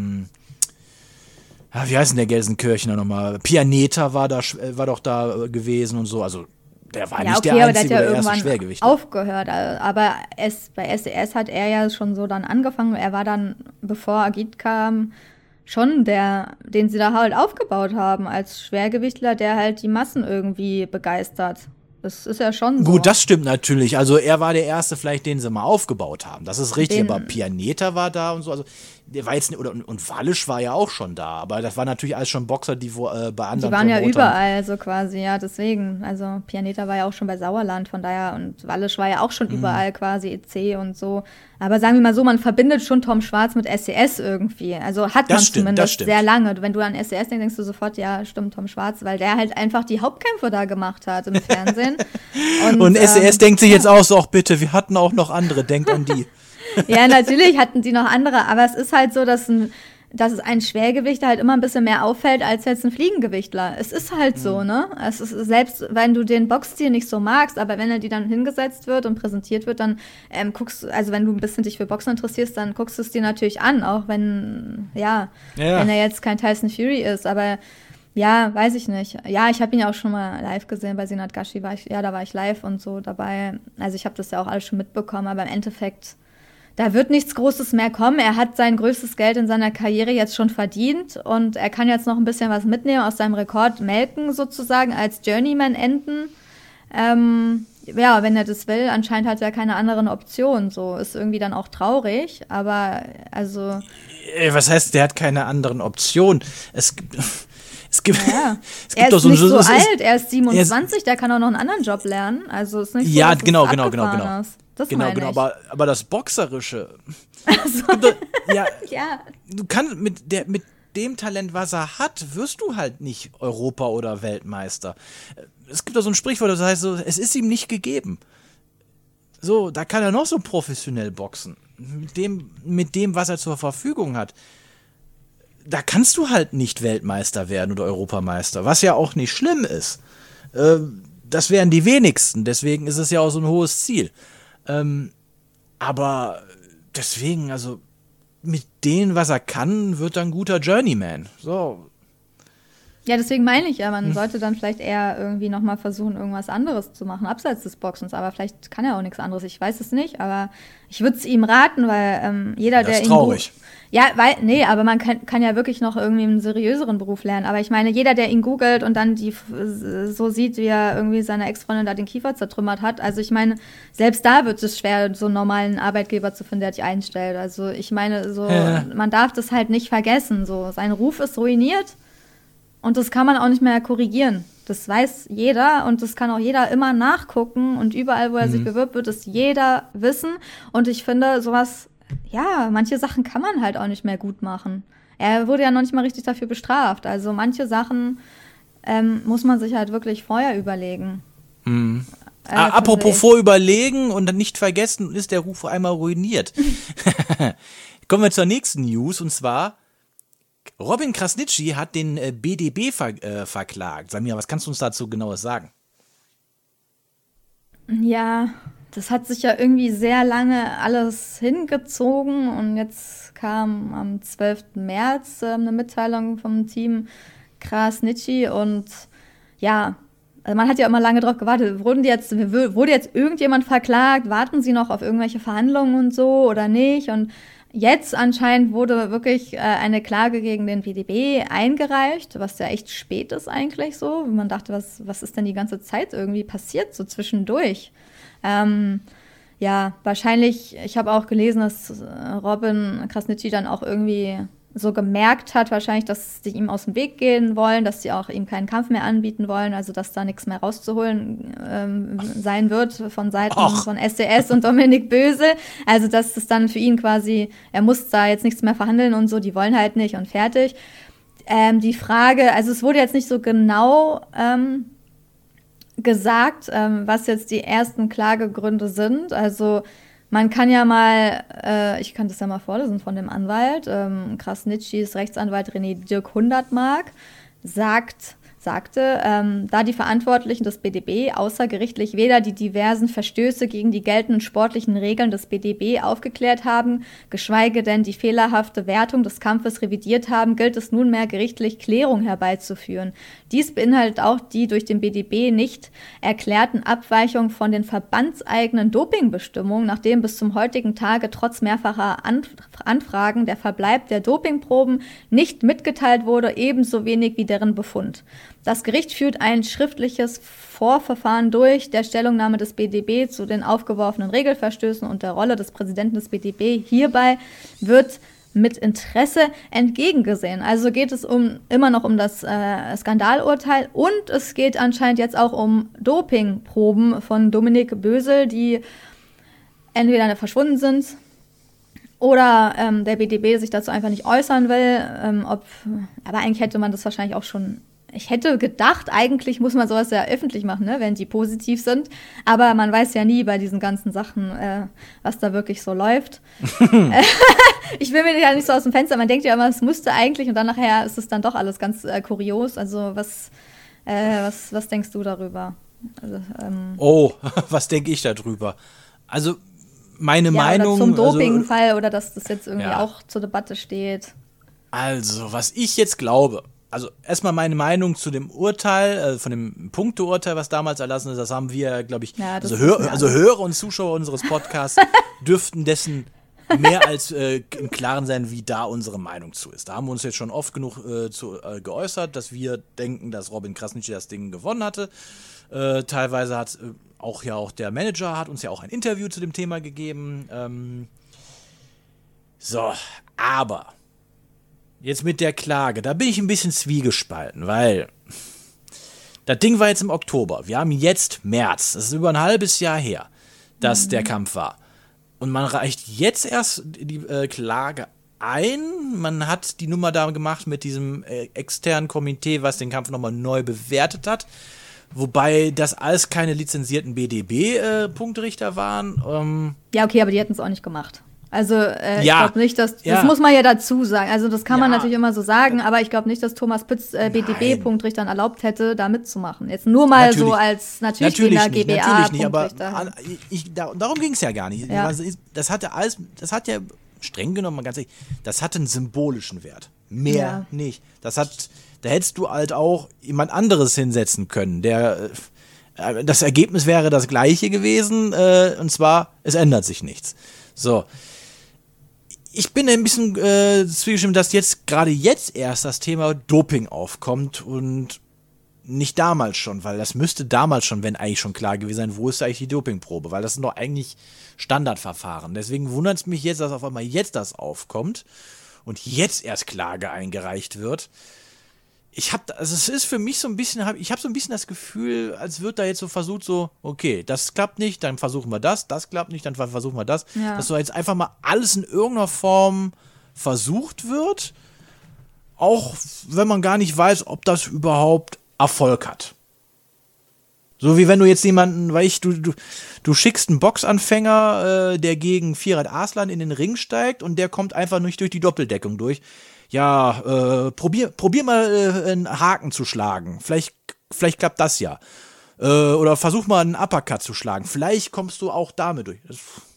wie heißt denn der Gelsenkirchener nochmal? Pianeta war doch da gewesen und so. Also der war nicht der einzige oder erste Schwergewichtler. Aufgehört, aber bei SCS hat er ja schon so dann angefangen. Er war dann, bevor Agit kam, schon den sie da halt aufgebaut haben als Schwergewichtler, der halt die Massen irgendwie begeistert. Das ist ja schon so. Gut, das stimmt natürlich. Also er war der Erste vielleicht, den sie mal aufgebaut haben. Das ist richtig, aber Pianeta war da und so. Also der war jetzt und Wallisch war ja auch schon da. Aber das waren natürlich alles schon Boxer, die bei anderen Die waren ja überall so quasi, ja, deswegen. Also Pianeta war ja auch schon bei Sauerland, von daher, und Wallisch war ja auch schon überall quasi, EC und so. Aber sagen wir mal so, man verbindet schon Tom Schwarz mit SCS irgendwie. Also hat man zumindest sehr lange. Wenn du an SCS denkst, du sofort, ja, stimmt, Tom Schwarz, weil der halt einfach die Hauptkämpfe da gemacht hat im Fernsehen. Und SCS denkt sich jetzt auch so, ach bitte, wir hatten auch noch andere, denkt an die. Ja, natürlich hatten die noch andere, aber es ist halt so, dass ein Schwergewichter halt immer ein bisschen mehr auffällt als jetzt ein Fliegengewichtler. Es ist halt so, ne? Es ist, selbst wenn du den Boxstil nicht so magst, aber wenn er dir dann hingesetzt wird und präsentiert wird, dann also wenn du ein bisschen dich für Boxen interessierst, dann guckst du es dir natürlich an, auch wenn er jetzt kein Tyson Fury ist, aber ja, weiß ich nicht. Ja, ich habe ihn ja auch schon mal live gesehen, bei Senat Gashi da war ich live und so dabei. Also ich habe das ja auch alles schon mitbekommen, aber im Endeffekt, da wird nichts Großes mehr kommen. Er hat sein größtes Geld in seiner Karriere jetzt schon verdient und er kann jetzt noch ein bisschen was mitnehmen, aus seinem Rekord melken sozusagen, als Journeyman enden. Ja, wenn er das will, anscheinend hat er keine anderen Optionen. So ist irgendwie dann auch traurig, aber also. Was heißt, der hat keine anderen Optionen? Es gibt er ist doch so nicht so alt, er ist 27, der kann auch noch einen anderen Job lernen. Also ist nicht so, ja, dass genau. Das genau, meine ich. Aber das Boxerische. Also, ja. Ja. Du kannst mit dem Talent, was er hat, wirst du halt nicht Europa- oder Weltmeister. Es gibt doch so ein Sprichwort, das heißt so, es ist ihm nicht gegeben. So, da kann er noch so professionell boxen. Mit dem, was er zur Verfügung hat. Da kannst du halt nicht Weltmeister werden oder Europameister, was ja auch nicht schlimm ist. Das wären die wenigsten, deswegen ist es ja auch so ein hohes Ziel. Aber deswegen, also mit dem, was er kann, wird er ein guter Journeyman. So. Ja, deswegen meine ich ja, man sollte dann vielleicht eher irgendwie nochmal versuchen, irgendwas anderes zu machen, abseits des Boxens. Aber vielleicht kann er auch nichts anderes, ich weiß es nicht. Aber ich würde es ihm raten, weil jeder, der ihn... Das ist traurig. Aber man kann ja wirklich noch irgendwie einen seriöseren Beruf lernen. Aber ich meine, jeder, der ihn googelt und dann so sieht, wie er irgendwie seine Ex-Freundin da den Kiefer zertrümmert hat. Also ich meine, selbst da wird es schwer, so einen normalen Arbeitgeber zu finden, der dich einstellt. Also ich meine, so man darf das halt nicht vergessen. So, sein Ruf ist ruiniert. Und das kann man auch nicht mehr korrigieren. Das weiß jeder und das kann auch jeder immer nachgucken. Und überall, wo er sich bewirbt, wird es jeder wissen. Und ich finde, sowas, ja, manche Sachen kann man halt auch nicht mehr gut machen. Er wurde ja noch nicht mal richtig dafür bestraft. Also manche Sachen muss man sich halt wirklich vorher überlegen. Apropos vorüberlegen und dann nicht vergessen, ist der Ruf einmal ruiniert. Kommen wir zur nächsten News und zwar: Robin Krasniqi hat den BDB verklagt. Samira, was kannst du uns dazu genaues sagen? Ja, das hat sich ja irgendwie sehr lange alles hingezogen und jetzt kam am 12. März eine Mitteilung vom Team Krasniqi und ja, also man hat ja immer lange drauf gewartet. Wurde jetzt irgendjemand verklagt? Warten sie noch auf irgendwelche Verhandlungen und so oder nicht? Und jetzt anscheinend wurde wirklich eine Klage gegen den BDB eingereicht, was ja echt spät ist eigentlich so. Man dachte, was ist denn die ganze Zeit irgendwie passiert, so zwischendurch? Ja, wahrscheinlich, ich habe auch gelesen, dass Robin Krasniqi dann auch irgendwie so gemerkt hat, wahrscheinlich, dass sie ihm aus dem Weg gehen wollen, dass sie auch ihm keinen Kampf mehr anbieten wollen, also dass da nichts mehr rauszuholen sein wird von Seiten von SCS und Dominik Böse. Also dass es dann für ihn quasi, er muss da jetzt nichts mehr verhandeln und so, die wollen halt nicht und fertig. Die Frage, also es wurde jetzt nicht so genau gesagt, was jetzt die ersten Klagegründe sind. Also Man kann ja mal, ich kann das ja mal vorlesen von dem Anwalt, Krasnitschis Rechtsanwalt René Dirk Hundertmark sagte, da die Verantwortlichen des BDB außergerichtlich weder die diversen Verstöße gegen die geltenden sportlichen Regeln des BDB aufgeklärt haben, geschweige denn die fehlerhafte Wertung des Kampfes revidiert haben, gilt es nunmehr gerichtlich Klärung herbeizuführen. Dies beinhaltet auch die durch den BDB nicht erklärten Abweichungen von den verbandseigenen Dopingbestimmungen, nachdem bis zum heutigen Tage trotz mehrfacher Anfragen der Verbleib der Dopingproben nicht mitgeteilt wurde, ebenso wenig wie deren Befund. Das Gericht führt ein schriftliches Vorverfahren durch der Stellungnahme des BDB zu den aufgeworfenen Regelverstößen und der Rolle des Präsidenten des BDB. Hierbei wird mit Interesse entgegengesehen. Also geht es immer noch um das Skandalurteil und es geht anscheinend jetzt auch um Dopingproben von Dominik Bösel, die entweder verschwunden sind oder der BDB sich dazu einfach nicht äußern will. Aber eigentlich hätte man das wahrscheinlich auch schon. Ich hätte gedacht, eigentlich muss man sowas ja öffentlich machen, ne, wenn die positiv sind. Aber man weiß ja nie bei diesen ganzen Sachen, was da wirklich so läuft. Ich will mir ja nicht so aus dem Fenster. Man denkt ja immer, es müsste eigentlich und dann nachher ist es dann doch alles ganz kurios. Also was denkst du darüber? Also, was denke ich darüber? Also meine Meinung. Oder zum Dopingfall oder dass das jetzt irgendwie auch zur Debatte steht. Also, was ich jetzt glaube. Also erstmal meine Meinung zu dem Urteil, von dem Punkteurteil, was damals erlassen ist, das haben wir, glaube ich, Hörer und Zuschauer unseres Podcasts dürften dessen mehr als im Klaren sein, wie da unsere Meinung zu ist. Da haben wir uns jetzt schon oft genug geäußert, dass wir denken, dass Robin Krasnitschi das Ding gewonnen hatte. Teilweise hat auch der Manager hat uns ja auch ein Interview zu dem Thema gegeben. Aber jetzt mit der Klage, da bin ich ein bisschen zwiegespalten, weil das Ding war jetzt im Oktober. Wir haben jetzt März. Das ist über ein halbes Jahr her, dass der Kampf war. Und man reicht jetzt erst die Klage ein. Man hat die Nummer da gemacht mit diesem externen Komitee, was den Kampf nochmal neu bewertet hat. Wobei das alles keine lizenzierten BDB-Punktrichter waren. Ja, okay, aber die hätten es auch nicht gemacht. Also ich glaube nicht, das muss man ja dazu sagen. Also das kann man natürlich immer so sagen, aber ich glaube nicht, dass Thomas Pütz BDB-Punktrichtern erlaubt hätte, da mitzumachen. Jetzt nur mal natürlich, so als natürlich GBA-Punktrichter. Natürlich nicht, aber darum ging es ja gar nicht. Ja. Das hat ja streng genommen, ganz ehrlich, das hat einen symbolischen Wert. Mehr nicht. Da hättest du halt auch jemand anderes hinsetzen können, das Ergebnis wäre das gleiche gewesen, und zwar, es ändert sich nichts. So. Ich bin ein bisschen zwiegespalten, dass gerade jetzt erst das Thema Doping aufkommt und nicht damals schon, weil das müsste damals schon, wenn eigentlich schon klar gewesen sein, wo ist eigentlich die Dopingprobe, weil das sind doch eigentlich Standardverfahren. Deswegen wundert es mich jetzt, dass auf einmal jetzt das aufkommt und jetzt erst Klage eingereicht wird. Es ist für mich so ein bisschen, ich habe so ein bisschen das Gefühl, als wird da jetzt so versucht, so, okay, das klappt nicht, dann versuchen wir das klappt nicht, dann versuchen wir das. Ja. Dass so jetzt einfach mal alles in irgendeiner Form versucht wird, auch wenn man gar nicht weiß, ob das überhaupt Erfolg hat. So wie wenn du jetzt jemanden, du schickst einen Boxanfänger, der gegen Firat Arslan in den Ring steigt und der kommt einfach nicht durch die Doppeldeckung durch. Ja, probier mal einen Haken zu schlagen. Vielleicht klappt das ja. Oder versuch mal einen Uppercut zu schlagen. Vielleicht kommst du auch damit durch.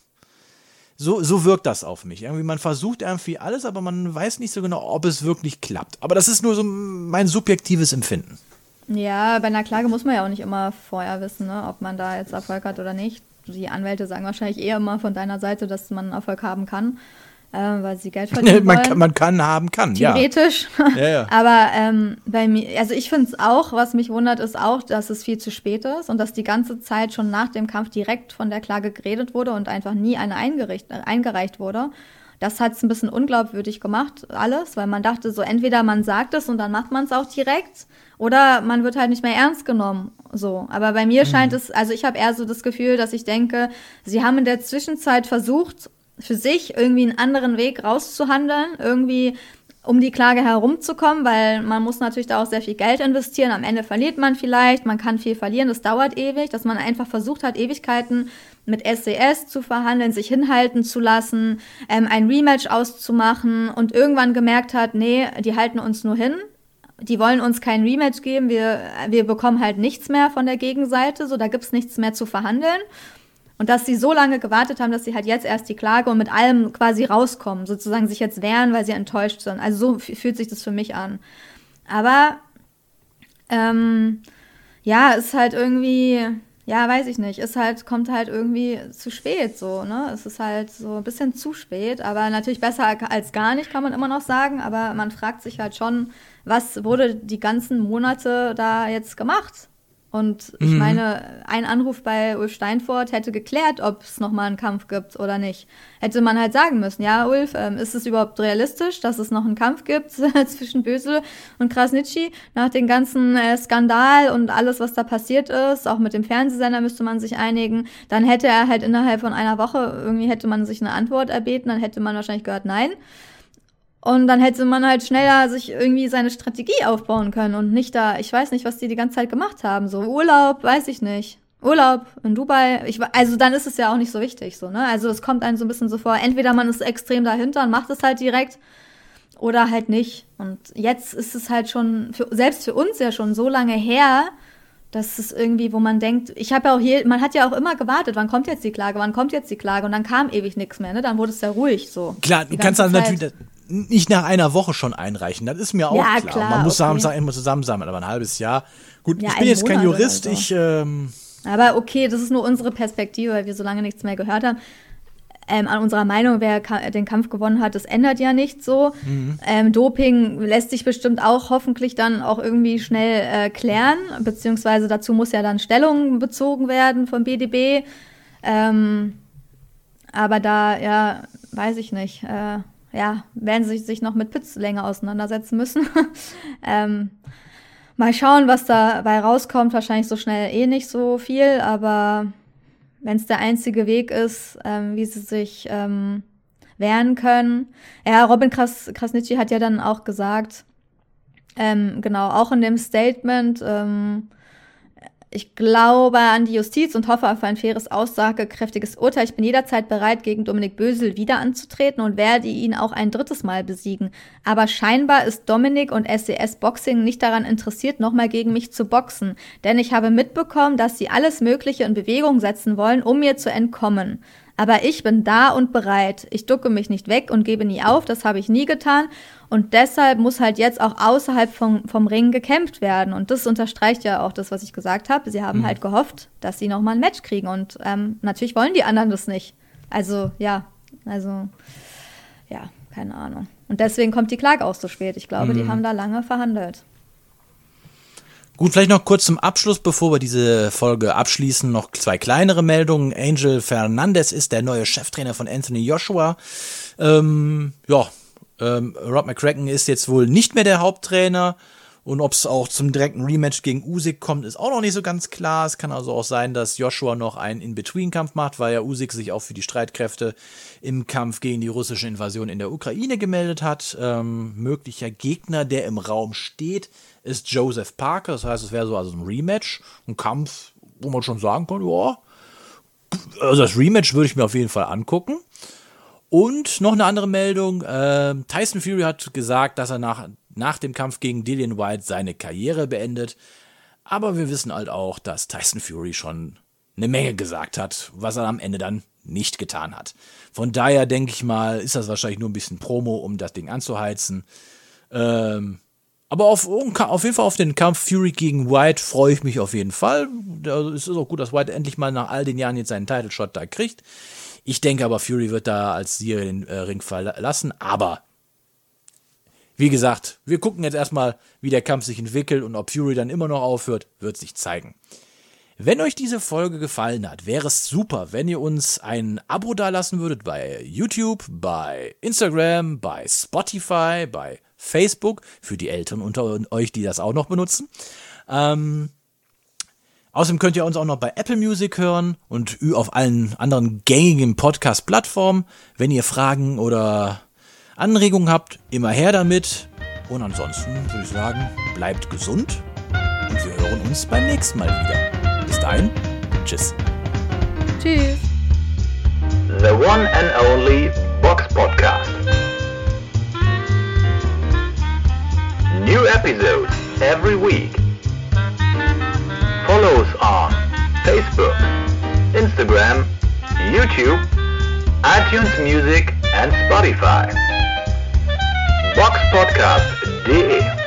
So wirkt das auf mich. Irgendwie, man versucht irgendwie alles, aber man weiß nicht so genau, ob es wirklich klappt. Aber das ist nur so mein subjektives Empfinden. Ja, bei einer Klage muss man ja auch nicht immer vorher wissen, ne, ob man da jetzt Erfolg hat oder nicht. Die Anwälte sagen wahrscheinlich eher immer von deiner Seite, dass man Erfolg haben kann. Weil sie Geld verdienen wollen. Man kann, theoretisch. Ja. Aber bei mir, also ich finde es auch, was mich wundert, ist auch, dass es viel zu spät ist und dass die ganze Zeit schon nach dem Kampf direkt von der Klage geredet wurde und einfach nie eine eingereicht wurde. Das hat es ein bisschen unglaubwürdig gemacht, alles, weil man dachte so, entweder man sagt es und dann macht man es auch direkt oder man wird halt nicht mehr ernst genommen. So. Aber bei mir scheint es, also ich habe eher so das Gefühl, dass ich denke, sie haben in der Zwischenzeit versucht, für sich irgendwie einen anderen Weg rauszuhandeln, irgendwie um die Klage herumzukommen, weil man muss natürlich da auch sehr viel Geld investieren. Am Ende verliert man vielleicht, man kann viel verlieren, das dauert ewig, dass man einfach versucht hat, Ewigkeiten mit SCS zu verhandeln, sich hinhalten zu lassen, ein Rematch auszumachen und irgendwann gemerkt hat, nee, die halten uns nur hin. Die wollen uns kein Rematch geben, wir bekommen halt nichts mehr von der Gegenseite, so da gibt's nichts mehr zu verhandeln. Und dass sie so lange gewartet haben, dass sie halt jetzt erst die Klage und mit allem quasi rauskommen, sozusagen sich jetzt wehren, weil sie enttäuscht sind. Also so fühlt sich das für mich an. Aber ist halt irgendwie, weiß ich nicht, kommt halt irgendwie zu spät so, ne? Es ist halt so ein bisschen zu spät, aber natürlich besser als gar nicht, kann man immer noch sagen, aber man fragt sich halt schon, was wurde die ganzen Monate da jetzt gemacht? Und ich meine, ein Anruf bei Ulf Steinfort hätte geklärt, ob es nochmal einen Kampf gibt oder nicht. Hätte man halt sagen müssen, ja, Ulf, ist es überhaupt realistisch, dass es noch einen Kampf gibt zwischen Bösel und Krasnitschi? Nach dem ganzen Skandal und alles, was da passiert ist, auch mit dem Fernsehsender müsste man sich einigen. Dann hätte er halt innerhalb von einer Woche, hätte man sich eine Antwort erbeten, dann hätte man wahrscheinlich gehört, nein. Und dann hätte man halt schneller sich irgendwie seine Strategie aufbauen können und nicht ich weiß nicht, was die ganze Zeit gemacht haben. So Urlaub, weiß ich nicht. Urlaub in Dubai, also dann ist es ja auch nicht so wichtig, so, ne? Also es kommt einem so ein bisschen so vor, entweder man ist extrem dahinter und macht es halt direkt oder halt nicht. Und jetzt ist es halt schon, selbst für uns ja schon so lange her, dass es irgendwie, wo man denkt, man hat ja auch immer gewartet, wann kommt jetzt die Klage, und dann kam ewig nichts mehr, ne? Dann wurde es ja ruhig so. Klar, du kannst dann natürlich nicht nach einer Woche schon einreichen, das ist mir auch klar. Man muss immer zusammensammeln, aber ein halbes Jahr. Gut, ich bin jetzt kein Jurist, aber okay, das ist nur unsere Perspektive, weil wir so lange nichts mehr gehört haben. An unserer Meinung, wer den Kampf gewonnen hat, das ändert ja nicht so. Doping lässt sich bestimmt auch hoffentlich dann auch irgendwie schnell klären, beziehungsweise dazu muss ja dann Stellung bezogen werden vom BDB. Aber da, weiß ich nicht, werden sie sich noch mit Pitts länger auseinandersetzen müssen. Mal schauen, was dabei rauskommt. Wahrscheinlich so schnell nicht so viel, aber wenn es der einzige Weg ist, wie sie sich wehren können. Ja, Robin Krasnitschi hat ja dann auch gesagt, auch in dem Statement, ich glaube an die Justiz und hoffe auf ein faires, aussagekräftiges Urteil. Ich bin jederzeit bereit, gegen Dominik Bösel wieder anzutreten und werde ihn auch ein drittes Mal besiegen. Aber scheinbar ist Dominik und SCS Boxing nicht daran interessiert, nochmal gegen mich zu boxen. Denn ich habe mitbekommen, dass sie alles Mögliche in Bewegung setzen wollen, um mir zu entkommen. Aber ich bin da und bereit. Ich ducke mich nicht weg und gebe nie auf. Das habe ich nie getan. Und deshalb muss halt jetzt auch außerhalb vom Ring gekämpft werden. Und das unterstreicht ja auch das, was ich gesagt habe. Sie haben halt gehofft, dass sie nochmal ein Match kriegen. Und natürlich wollen die anderen das nicht. Keine Ahnung. Und deswegen kommt die Klage auch so spät. Ich glaube, die haben da lange verhandelt. Gut, vielleicht noch kurz zum Abschluss, bevor wir diese Folge abschließen, noch 2 kleinere Meldungen. Angel Fernandez ist der neue Cheftrainer von Anthony Joshua. Rob McCracken ist jetzt wohl nicht mehr der Haupttrainer. Und ob es auch zum direkten Rematch gegen Usyk kommt, ist auch noch nicht so ganz klar. Es kann also auch sein, dass Joshua noch einen In-Between-Kampf macht, weil ja Usyk sich auch für die Streitkräfte im Kampf gegen die russische Invasion in der Ukraine gemeldet hat. Möglicher Gegner, der im Raum steht, ist Joseph Parker. Das heißt, es wäre so also ein Rematch, ein Kampf, wo man schon sagen kann, ja, also das Rematch würde ich mir auf jeden Fall angucken. Und noch eine andere Meldung, Tyson Fury hat gesagt, dass er nach dem Kampf gegen Dillian Whyte seine Karriere beendet. Aber wir wissen halt auch, dass Tyson Fury schon eine Menge gesagt hat, was er am Ende dann nicht getan hat. Von daher denke ich mal, ist das wahrscheinlich nur ein bisschen Promo, um das Ding anzuheizen. Aber auf jeden Fall auf den Kampf Fury gegen Whyte freue ich mich auf jeden Fall. Also es ist auch gut, dass Whyte endlich mal nach all den Jahren jetzt seinen Title-Shot da kriegt. Ich denke aber, Fury wird da als Sieger den Ring verlassen. Aber wie gesagt, wir gucken jetzt erstmal, wie der Kampf sich entwickelt und ob Fury dann immer noch aufhört, wird sich zeigen. Wenn euch diese Folge gefallen hat, wäre es super, wenn ihr uns ein Abo dalassen würdet bei YouTube, bei Instagram, bei Spotify, bei Facebook, für die Älteren unter euch, die das auch noch benutzen. Außerdem könnt ihr uns auch noch bei Apple Music hören und auf allen anderen gängigen Podcast-Plattformen. Wenn ihr Fragen oder Anregungen habt, immer her damit. Und ansonsten würde ich sagen, bleibt gesund und wir hören uns beim nächsten Mal wieder. Bis dahin, tschüss. Tschüss. and only Box Podcast. New episodes every week. Follow us on Facebook, Instagram, YouTube, iTunes Music and Spotify. Boxpodcast.de